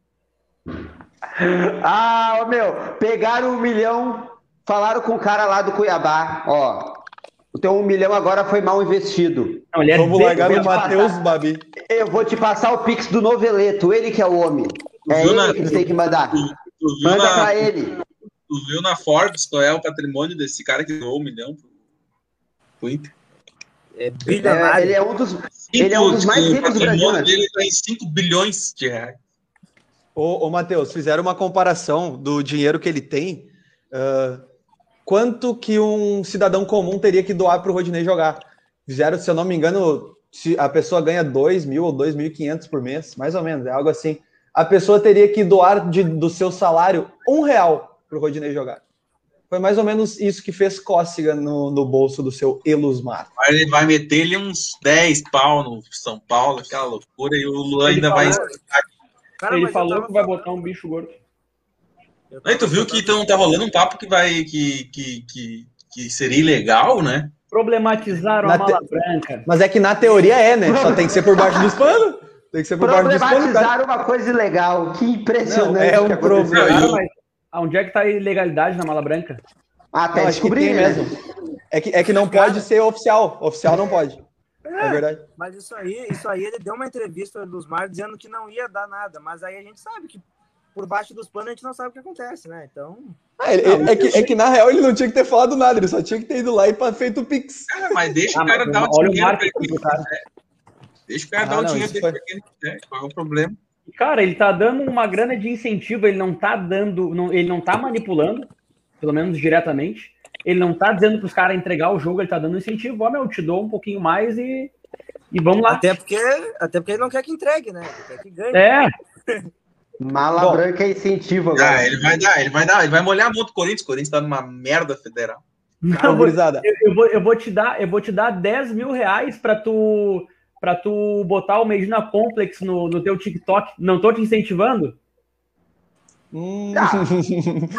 Ah, ô, meu, pegaram um milhão, falaram com o cara lá do Cuiabá, ó, o teu um milhão agora foi mal investido. Não, ele é Vamos largar no Matheus Babi. Eu vou te passar o Pix do Noveleto, ele que é o homem. É ele na, que tu, tem que mandar. Tu, tu Manda na, pra ele. Tu viu na Forbes qual é o patrimônio desse cara que doou um milhão pro Inter? É bilionário. É, ele é um dos, cinco, ele é um dos mais ricos do Brasil, né? Ele tá em cinco bilhões de reais. Ô, ô Matheus, fizeram uma comparação do dinheiro que ele tem. Uh, quanto que um cidadão comum teria que doar para o Rodinei jogar? Fizeram, se eu não me engano, se a pessoa ganha dois mil ou dois mil e quinhentos por mês, mais ou menos, é algo assim. A pessoa teria que doar de, do seu salário um real para o Rodinei jogar. Foi mais ou menos isso que fez cócega no, no bolso do seu Elusmar. Ele vai meter ele uns dez pau no São Paulo, aquela loucura, e o Luan ainda vai... Cara, ele falou tava... que vai botar um bicho gordo. Aí tu viu que então tá rolando um papo que vai que, que, que, que seria ilegal, né? Problematizaram na a mala te... branca. Mas é que na teoria é, né? Só tem que ser por baixo dos panos. Tem que ser por baixo dos panos. Problematizaram uma coisa ilegal. Que impressionante. Não, é um problema. Cara, mas onde é que tá a ilegalidade na mala branca? Ah, até descobrir mesmo. É que, é que não pode ser oficial. Oficial não pode. É, é verdade. Mas isso aí, isso aí, ele deu uma entrevista dos Mar dizendo que não ia dar nada, mas aí a gente sabe que por baixo dos panos a gente não sabe o que acontece, né? Então. Ah, ele, não, é, que, é que na real ele não tinha que ter falado nada, ele só tinha que ter ido lá e feito o Pix. Ah, mas deixa ah, o cara dar o dinheiro pra ele. Deixa o cara ah, dar o não, dinheiro dele foi... pra quem ele quiser. Qual é o problema? Cara, ele tá dando uma grana de incentivo, ele não tá dando, não, ele não tá manipulando, pelo menos diretamente. Ele não tá dizendo para os caras entregar o jogo, ele tá dando incentivo. Ó, meu, te dou um pouquinho mais e, e vamos lá. Até porque, até porque ele não quer que entregue, né? Ele quer que ganhe. É. Mala Bom, branca é incentivo agora. Ah, ele vai dar, ele vai dar, ele vai molhar a mão do Corinthians. O Corinthians tá numa merda federal. Não, eu, eu, vou, eu, vou te dar, eu vou te dar dez mil reais para tu, pra tu botar o Medina Complex no, no teu TikTok. Não tô te incentivando? Hum.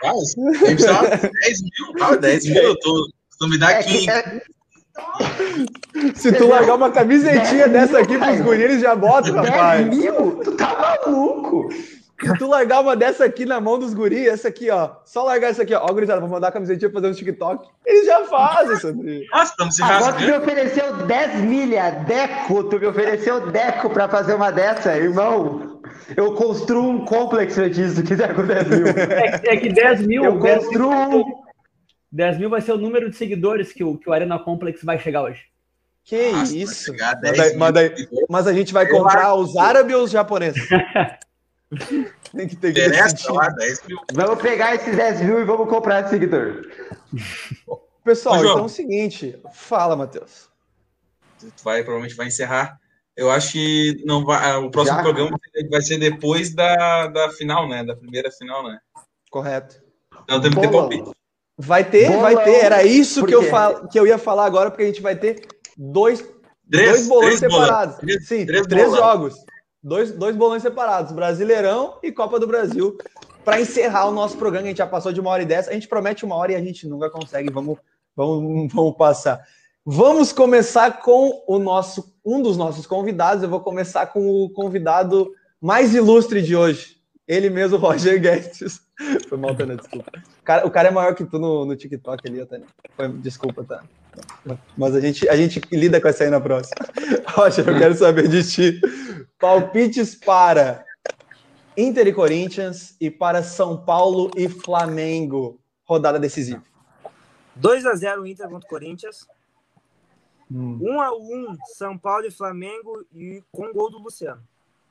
Ah, eu precisava de dez mil. Ah, dez mil, eu tô. Tu me dá quinze. É, Se tu largar uma camisetinha dessa aqui pros guris, eles já botam, rapaz. dez mil? Tu tá maluco? Se tu largar uma dessa aqui na mão dos guris, essa aqui, ó. Só largar essa aqui, ó. Ó, gurizada, vou mandar a camisetinha pra fazer um TikTok. Eles já fazem, Sandrinho. Nossa, estamos se Agora tu me rasgando. ofereceu dez milha, Deco, tu me ofereceu Deco pra fazer uma dessa, irmão. Eu construo um complexo pra ti, se tu quiser com dez mil. É, é que dez mil, Eu dez construo mil, um... dez mil vai ser o número de seguidores que o, que o Arena Complex vai chegar hoje. Que Nossa, isso? vai chegar a Mas, dez daí- mil. mas daí- mas a gente vai comprar os árabes ou os japoneses? Tem que ter que Interessa decidir. lá, dez mil. Vamos pegar esses dez mil e vamos comprar de seguidor. Pessoal, Ô, João. então é o seguinte. Fala, Matheus. Tu vai, provavelmente vai encerrar. Eu acho que não vai, o próximo Já? programa vai ser depois da, da final, né? Da primeira final, né? Correto. Então temos que ter Bolão. palpite. Vai ter, Bolão. vai ter. Era isso Por que eu, quê? fal... que eu ia falar agora, porque a gente vai ter dois, Três, dois bolões três bolões. separados. Três- Sim, três três, bolões. jogos. Dois, dois bolões separados, Brasileirão e Copa do Brasil. Para encerrar o nosso programa, a gente já passou de uma hora e dez. A gente promete uma hora e a gente nunca consegue. Vamos, vamos, vamos passar. Vamos começar com o nosso, um dos nossos convidados. Eu vou começar com o convidado mais ilustre de hoje. Ele mesmo, Roger Guedes. Foi mal, Tânia, desculpa. O cara, o cara é maior que tu no, no TikTok ali, Tânia. Foi, desculpa, tá? Mas a gente, a gente lida com essa aí na próxima. Roger, eu quero saber de ti. Palpites para Inter e Corinthians e para São Paulo e Flamengo. Rodada decisiva. dois a zero Inter contra o Corinthians. Hum. um a um São Paulo e Flamengo e com gol do Luciano.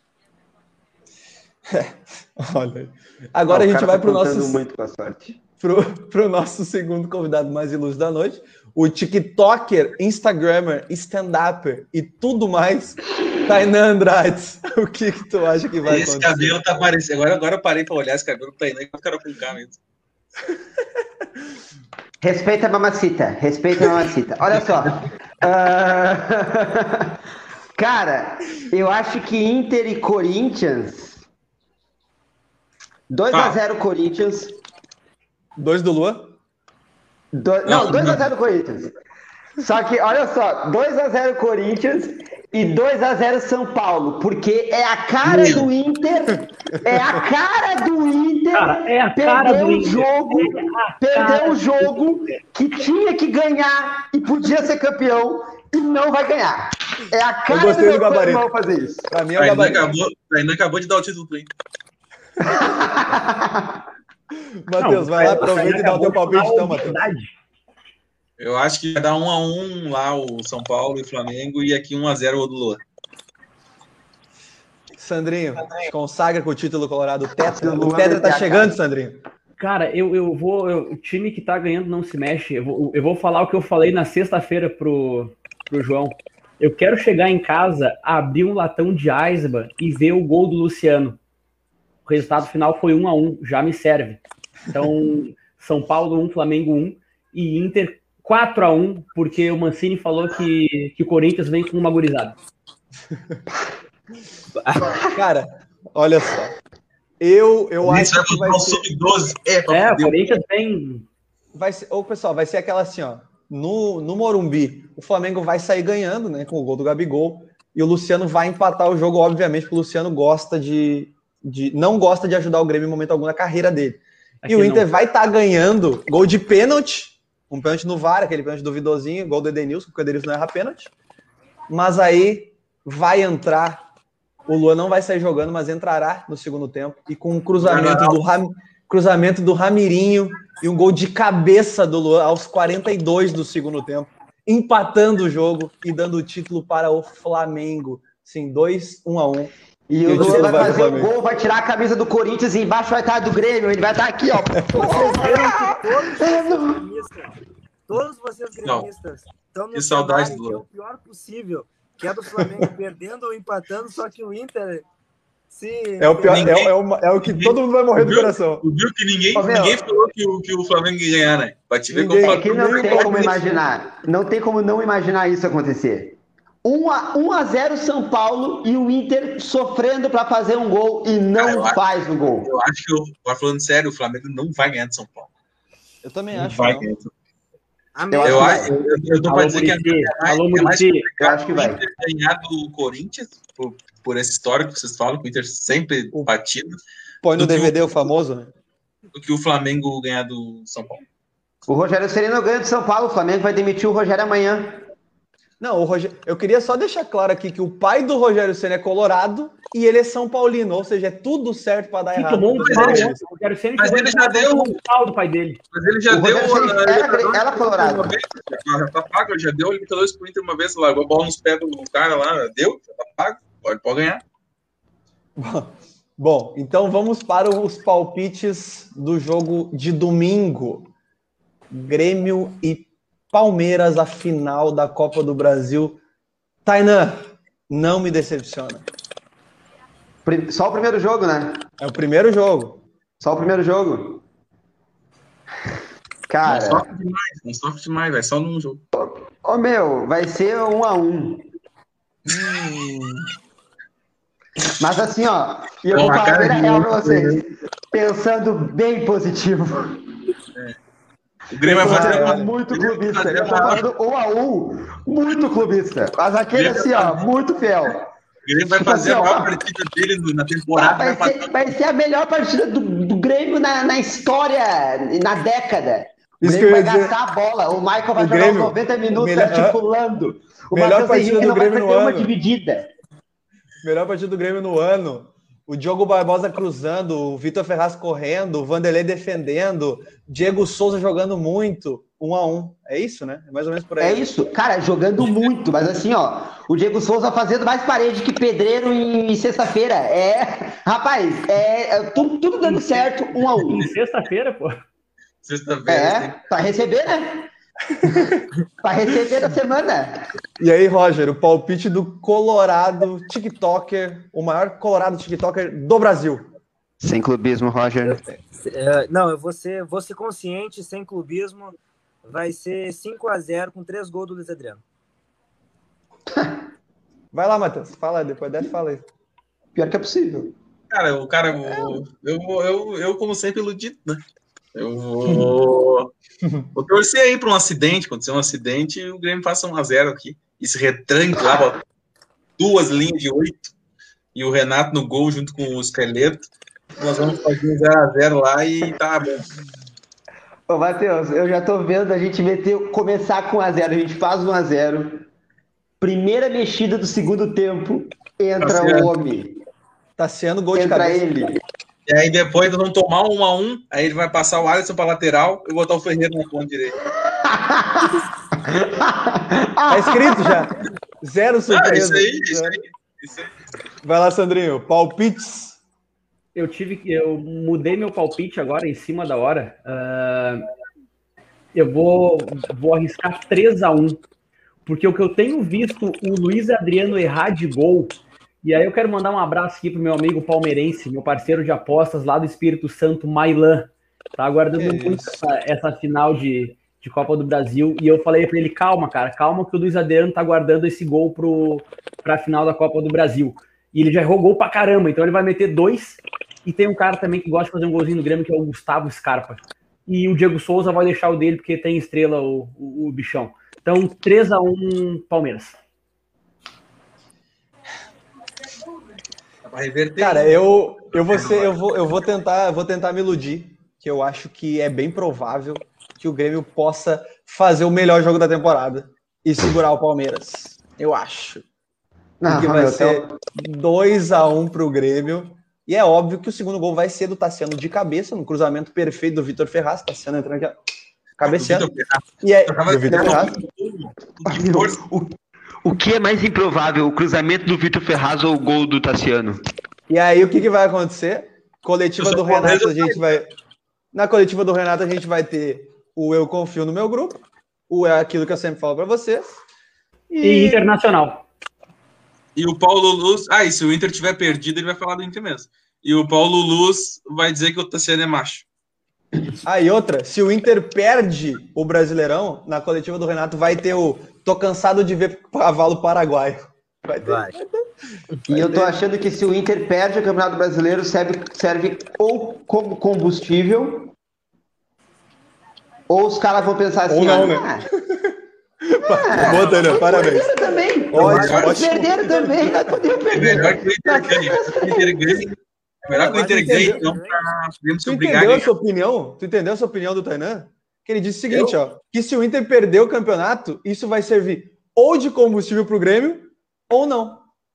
Olha, agora Ah, a o gente cara vai tá para o contando nosso, muito com a sorte. pro, pro nosso segundo convidado mais ilustre da noite, o TikToker, Instagrammer, stand-upper e tudo mais, Tainan Andrade. O que, que tu acha que vai Esse acontecer? cabelo tá parecendo. Agora, agora eu parei pra olhar esse cabelo que tá indo, que o cara com K mesmo. Respeita a mamacita, respeita a mamacita. Olha só. Ah, cara, eu acho que Inter e Corinthians. dois a zero Corinthians. Dois do Lua? Do... Não, Não, dois a não. zero Corinthians. Só que, olha só, dois a zero Corinthians e dois a zero São Paulo, porque é a cara do Inter, é a cara do Inter Cara, é a cara perder do um Inter. jogo, É a perder cara um do jogo que tinha que ganhar e podia ser campeão e não vai ganhar. É a cara gostei do do meu gabarito. irmão fazer isso. Pra mim é o Ainda gabarito. acabou, ainda acabou de dar o título pro Inter. Matheus, vai lá, aproveita e dá o teu palpite então, Matheus. Eu acho que vai dar um a um lá o São Paulo e o Flamengo e aqui um a zero o do Lua. Sandrinho, te consagra com o título colorado. O Tetra, Lua o Tetra tá vai ter a chegando, Sandrinho. Cara, eu, eu vou. eu- o time que tá ganhando não se mexe. Eu vou, eu vou falar o que eu falei na sexta-feira pro, pro João. Eu quero chegar em casa, abrir um latão de Aisba e ver o gol do Luciano. O resultado final foi um a um, já me serve. Então, São Paulo um, Flamengo um e Inter quatro a um, porque o Mancini falou que, que o Corinthians vem com uma gurizada. Cara, olha só. Eu, eu O acho Inter que vai vai botar o ser, sub doze. É, pra É, o foder. Corinthians vem. vai ser. Ô, pessoal, vai ser aquela assim, ó. No, no Morumbi, o Flamengo vai sair ganhando, né? Com o gol do Gabigol. E o Luciano vai empatar o jogo, obviamente, porque o Luciano gosta de. de não gosta de ajudar o Grêmio em momento algum na carreira dele. Aqui E o não. Inter vai estar ganhando gol de pênalti. Um pênalti no V A R, aquele pênalti duvidosinho, gol do Edenilson, porque o Edenilson não erra pênalti. Mas aí vai entrar. O Luan não vai sair jogando, mas entrará no segundo tempo. E com um cruzamento do, Ram, cruzamento do Ramirinho e um gol de cabeça do Luan aos quarenta e dois do segundo tempo, empatando o jogo e dando o título para o Flamengo. Sim, dois, um a um. E E o o Lula título vai vai pro fazer o Flamengo. gol, vai tirar a camisa do Corinthians e embaixo vai estar a do Grêmio. Ele vai estar aqui, ó. Vocês viram que todos vocês gremistas, todos vocês Não. gremistas estão no Que saudade cenário do que é Lula. o pior possível, que é do Flamengo perdendo ou empatando, só que o Inter se... É o, pior, Ninguém- é, é o, é o que todo mundo vai morrer do Viu? coração. Tu viu que ninguém, Ô, meu. ninguém falou que o, que o Flamengo ia ganhar, né? Pra te ver Ninguém. como É que não tem como imaginar. Não tem como não imaginar isso acontecer. um a zero São Paulo e o Inter sofrendo para fazer um gol e não Cara, faz o gol. Eu acho que, eu, falando sério, o Flamengo não vai ganhar de São Paulo. Eu também Não acho. vai Não. ganhar de São Paulo. Amém. Eu, acho, eu, eu tô Alô, pra dizer que é Muricy. mais, Alô, é mais Muricy. complicado Eu acho que vai. o Inter ganhar do Corinthians, por, por esse histórico que vocês falam, que o Inter sempre O- batido, Põe no Do que D V D o- o famoso, né? do que o Flamengo ganhar do São Paulo. O Rogério Ceni ganha de São Paulo, o Flamengo vai demitir o Rogério amanhã. Não, o Roger... eu queria só deixar claro aqui que o pai do Rogério Ceni é colorado e ele é São Paulino, ou seja, é tudo certo para dar Que errado. tomou um Mas pau, ele- né? O Rogério Ceni mas chegou ele em já casa, deu- tomou um pau do pai dele. Mas ele já O deu. Rogério Ceni a era- Libertadores era colorado. uma vez, já tá pago, já deu a Libertadores pro Inter uma vez, largou a bola nos pés do cara lá, deu, já tá pago, pode, pode ganhar. Bom, então vamos para os palpites do jogo de domingo. Grêmio e Palmeiras, a final da Copa do Brasil. Tainan, não me decepciona. Pri- Só o primeiro jogo, né? É o primeiro jogo. Só o primeiro jogo. Não Cara, sofre demais, não sofre demais, vai só num jogo. ô meu, vai ser um a um. Mas assim, ó, e eu Bom, vou a falar cara bem de real um- pra vocês. Pensando bem positivo. O Grêmio vai fazer É uma. muito o Grêmio vai clubista. fazer Eu tô uma- falando um a um, muito clubista. Mas aquele assim, ó, muito fiel. O Grêmio vai Tipo fazer assim, a maior ó. partida dele no- na Ah, temporada. vai, vai ser, fazer- vai ser a melhor partida do, do Grêmio na, na história, na década. O Isso Grêmio que eu vai ia dizer. gastar a bola. O Michael vai O jogar Grêmio, os noventa minutos melhor- articulando. O melhor Matheus partida Henrique do não vai Grêmio ter no uma ano. dividida. Melhor partida do Grêmio no ano. O Diogo Barbosa cruzando, o Vitor Ferraz correndo, o Vanderlei defendendo, Diego Souza jogando muito. Um a um. É isso, né? É mais ou menos por aí. É isso, cara, jogando muito, mas assim, ó, o Diego Souza fazendo mais parede que pedreiro em, em sexta-feira. É, rapaz, é, é tudo, tudo dando certo, um a um. Em sexta-feira, pô. Sexta-feira. É, pra receber, né? Pra receber da semana. E aí, Roger, o palpite do Colorado TikToker, o maior Colorado TikToker do Brasil. Sem clubismo, Roger. É, não, eu vou ser, vou ser consciente, sem clubismo. Vai ser cinco a zero com três gols do Luiz Adriano. Vai lá, Matheus. Fala, depois dessa fala aí. Pior que é possível. Cara, o cara, eu, eu, eu, eu, como sempre, iludido, né? Eu vou, vou torcer aí para um acidente, acontecer um acidente e o Grêmio faça um a zero aqui. E se retranque lá, bota duas linhas de oito e o Renato no gol junto com o Esqueleto. Nós vamos fazer um zero a zero lá e tá bom. Ô, Matheus, eu já tô vendo a gente meter, começar com um a zero. A gente faz um a zero. Primeira mexida do segundo tempo, entra Tassiano. o homem. Tassiano, gol de Entra cabeça. ele. E aí depois nós vamos tomar um a um, aí ele vai passar o Alisson para lateral e botar o Ferreira na ponta direita. Tá escrito já. Zero Ah, surpresa. isso aí, isso aí, isso aí. Vai lá, Sandrinho. Palpites. Eu tive que. Eu mudei meu palpite agora em cima da hora. Ah, eu vou, vou arriscar três a um. Porque o que eu tenho visto o Luiz Adriano errar de gol. E aí eu quero mandar um abraço aqui pro meu amigo palmeirense, meu parceiro de apostas lá do Espírito Santo, Mailan. Tá aguardando Que muito isso. essa, essa final de, de Copa do Brasil. E eu falei pra ele, calma, cara, calma que o Luiz Adriano tá aguardando esse gol pro, pra final da Copa do Brasil. E ele já errou gol pra caramba, então ele vai meter dois. E tem um cara também que gosta de fazer um golzinho no Grêmio, que é o Gustavo Scarpa. E o Diego Souza vai deixar o dele, porque tem estrela o, o, o bichão. Então, três a um Palmeiras. Dá pra reverter. Cara, eu, eu, vou ser, eu, vou, eu vou, tentar, vou tentar me iludir, que eu acho que é bem provável que o Grêmio possa fazer o melhor jogo da temporada e segurar o Palmeiras. Eu acho. Não, Porque vai meu, ser dois a um pro Grêmio. E é óbvio que o segundo gol vai ser do Tassiano de cabeça, no cruzamento perfeito do Vitor Ferraz. Tassiano entrando aqui, ó, cabeceando. Do Vitor Ferraz. E é, Eu tava- do Vitor Ferraz. Que força. O, o que é mais improvável, o cruzamento do Vitor Ferraz ou o gol do Tassiano? E aí, o que, que vai acontecer? Coletiva Eu do sou Renato, a Palmeiras, gente vai... Na coletiva do Renato, a gente vai ter o Eu Confio no Meu Grupo, o É Aquilo que eu sempre falo pra vocês. E Internacional. E o Paulo Luz. Ah, e se o Inter tiver perdido, ele vai falar do Inter mesmo. E o Paulo Luz vai dizer que o Tassiano é macho. Ah, e outra, se o Inter perde o Brasileirão, na coletiva do Renato vai ter o tô cansado de ver cavalo paraguaio. Vai ter. Vai. E eu tô achando que se o Inter perde o Campeonato Brasileiro, serve, serve ou como combustível, ou os caras vão pensar assim... Ou não, ah, né? Ah, Boa, Tânia, parabéns. Perderam também. Ótimo, Nós ótimo. perderam também, nós podemos É melhor perder. que o Inter ganhe. O Inter ganhe. É melhor que o Inter ganhe, então, pra podemos se Tu obrigar a entendeu a ganhar. sua opinião? Tu entendeu a sua opinião do Tainan? Que ele disse o seguinte, ó, que se o Inter perder o campeonato, isso vai servir ou de combustível pro Grêmio, ou não.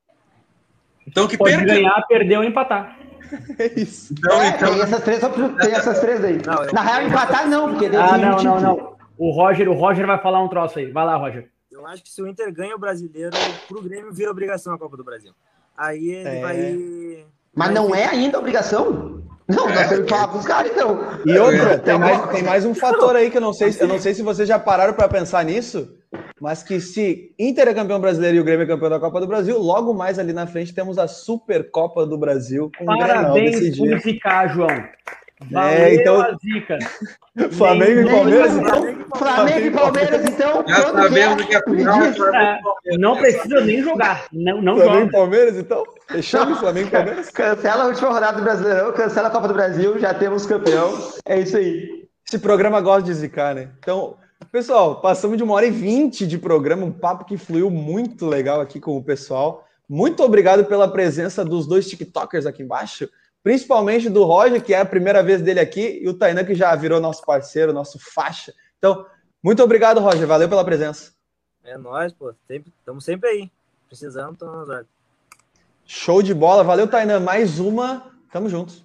Então que Pode perca. ganhar, perder ou empatar. É isso. Então, É, então, tem, essas três, opções- tem essas três aí. Não, eu- Na real, empatar não, porque daí Ah, tem um não, não, título. não. O Roger, o Roger vai falar um troço aí. Vai lá, Roger. Eu acho que se o Inter ganha o brasileiro, pro Grêmio vira obrigação a Copa do Brasil. Aí ele É. vai. Mas vai não ficar- é ainda obrigação? Não, nós temos que falar pros caras, então. E outra, tem mais, tem mais um fator aí que eu não sei, eu não sei se vocês já pararam para pensar nisso, mas que se Inter é campeão brasileiro e o Grêmio é campeão da Copa do Brasil, logo mais ali na frente temos a Supercopa do Brasil com o Grenal desse Parabéns por dia. zicar, João. Valeu É, então- a zica. Flamengo e Nem- Palmeiras, nem- então? Flamengo e Palmeiras, então. já quando sabemos quer, que a me final diz. é É, não precisa nem jogar. Não, não Flamengo e joga. Palmeiras, então? Fechamos Flamengo e Palmeiras? Cancela a última rodada do Brasileirão, cancela a Copa do Brasil, já temos campeão. É isso aí. Esse programa gosta de zicar, né? Então, pessoal, passamos de uma hora e vinte de programa, um papo que fluiu muito legal aqui com o pessoal. Muito obrigado pela presença dos dois TikTokers aqui embaixo, principalmente do Roger, que é a primeira vez dele aqui, e o Tainan, que já virou nosso parceiro, nosso faixa. Então, muito obrigado, Roger. Valeu pela presença. É nóis, pô. Estamos sempre aí. Precisando, estamos nas ordens. Show de bola. Valeu, Tainan. Mais uma. Tamo juntos.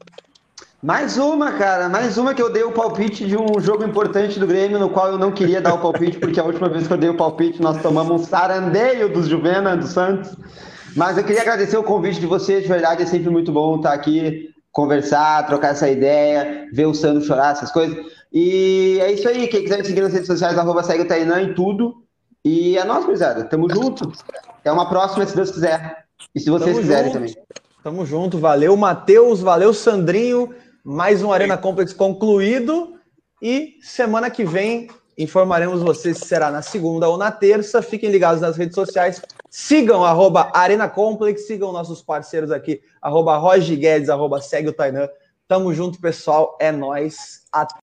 Mais uma, cara, mais uma que eu dei o palpite de um jogo importante do Grêmio, no qual eu não queria dar o palpite, porque a última vez que eu dei o palpite nós tomamos um sarandeio dos Juvena, do Santos. Mas eu queria agradecer o convite de vocês, de verdade, é sempre muito bom estar aqui, conversar, trocar essa ideia, ver o Sandro chorar, essas coisas. E é isso aí, quem quiser me seguir nas redes sociais, arroba segue o Tainan em tudo. E é nóis, gurizada, tamo junto. Até uma próxima, se Deus quiser. E se vocês Tamo quiserem junto. também. Tamo junto. Valeu, Matheus. Valeu, Sandrinho. Mais um Arena Complex concluído. E semana que vem informaremos vocês se será na segunda ou na terça. Fiquem ligados nas redes sociais. Sigam arroba Arena Complex. Sigam nossos parceiros aqui. Arroba Roger Guedes, arroba segue o Tainan. Tamo junto, pessoal. É nóis. Até.